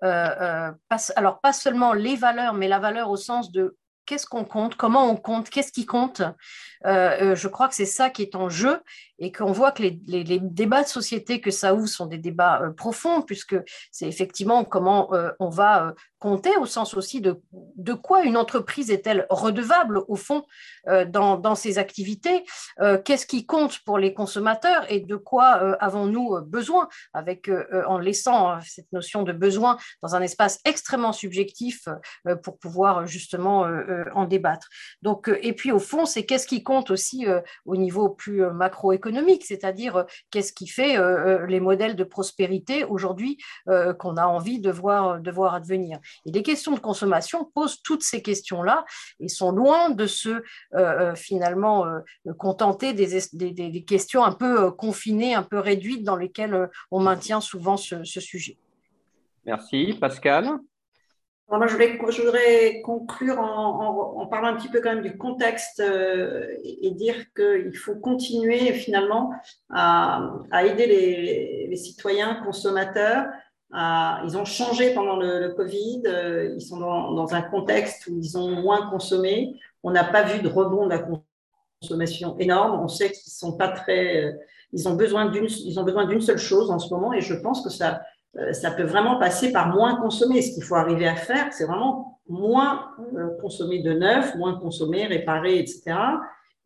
Alors pas seulement les valeurs, mais la valeur au sens de qu'est-ce qu'on compte, comment on compte, qu'est-ce qui compte. Je crois que c'est ça qui est en jeu, et qu'on voit que les débats de société que ça ouvre sont des débats profonds, puisque c'est effectivement comment on va compter, au sens aussi de quoi une entreprise est-elle redevable au fond dans ses activités, qu'est-ce qui compte pour les consommateurs et de quoi avons-nous besoin, en laissant cette notion de besoin dans un espace extrêmement subjectif pour pouvoir justement en débattre. Donc, et puis au fond, c'est qu'est-ce qui compte aussi au niveau plus macroéconomique, c'est-à-dire qu'est-ce qui fait les modèles de prospérité aujourd'hui qu'on a envie de voir advenir. Et les questions de consommation posent toutes ces questions-là et sont loin de se finalement contenter des questions un peu confinées, un peu réduites dans lesquelles on maintient souvent ce sujet. Merci. Pascal ? Alors moi, je voudrais conclure en parlant un petit peu quand même du contexte et dire qu'il faut continuer finalement à aider les citoyens consommateurs. Ils ont changé pendant le Covid, ils sont dans un contexte où ils ont moins consommé. On n'a pas vu de rebond de la consommation énorme. On sait qu'ils sont pas ils ont besoin d'une seule chose en ce moment, et je pense que ça peut vraiment passer par moins consommer. Ce qu'il faut arriver à faire, c'est vraiment moins consommer de neuf, moins consommer, réparer, etc.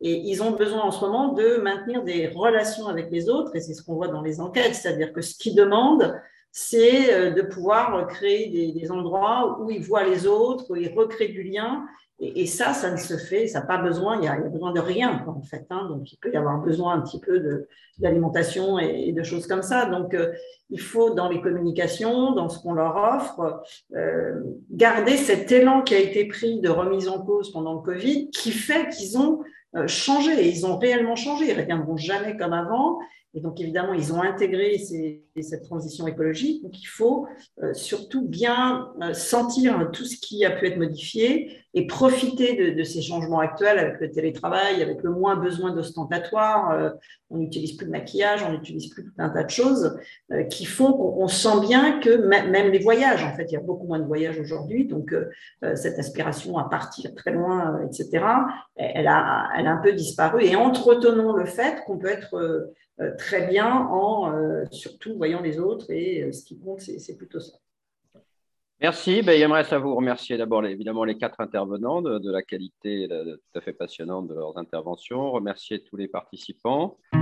Et ils ont besoin en ce moment de maintenir des relations avec les autres, et c'est ce qu'on voit dans les enquêtes, c'est-à-dire que ce qu'ils demandent, c'est de pouvoir créer des endroits où ils voient les autres, où ils recréent du lien. Et ça ne se fait, ça n'a pas besoin, il y a besoin de rien, quoi, en fait. Hein. Donc, il peut y avoir besoin un petit peu d'alimentation et de choses comme ça. Donc, il faut, dans les communications, dans ce qu'on leur offre, garder cet élan qui a été pris de remise en cause pendant le Covid, qui fait qu'ils ont changé, et ils ont réellement changé. Ils ne reviendront jamais comme avant. Et donc, évidemment, ils ont intégré cette transition écologique. Donc, il faut surtout bien sentir tout ce qui a pu être modifié et profiter de ces changements actuels avec le télétravail, avec le moins besoin d'ostentatoire. On n'utilise plus de maquillage, on n'utilise plus tout un tas de choses qui font qu'on sent bien que même les voyages, en fait, il y a beaucoup moins de voyages aujourd'hui. Donc, cette aspiration à partir très loin, etc., elle a un peu disparu. Et entretenons le fait qu'on peut être très bien en surtout voyant les autres, et ce qui compte, c'est plutôt ça. Merci. J'aimerais vous remercier d'abord évidemment les 4 intervenants de la qualité tout à fait passionnante de leurs interventions, remercier tous les participants.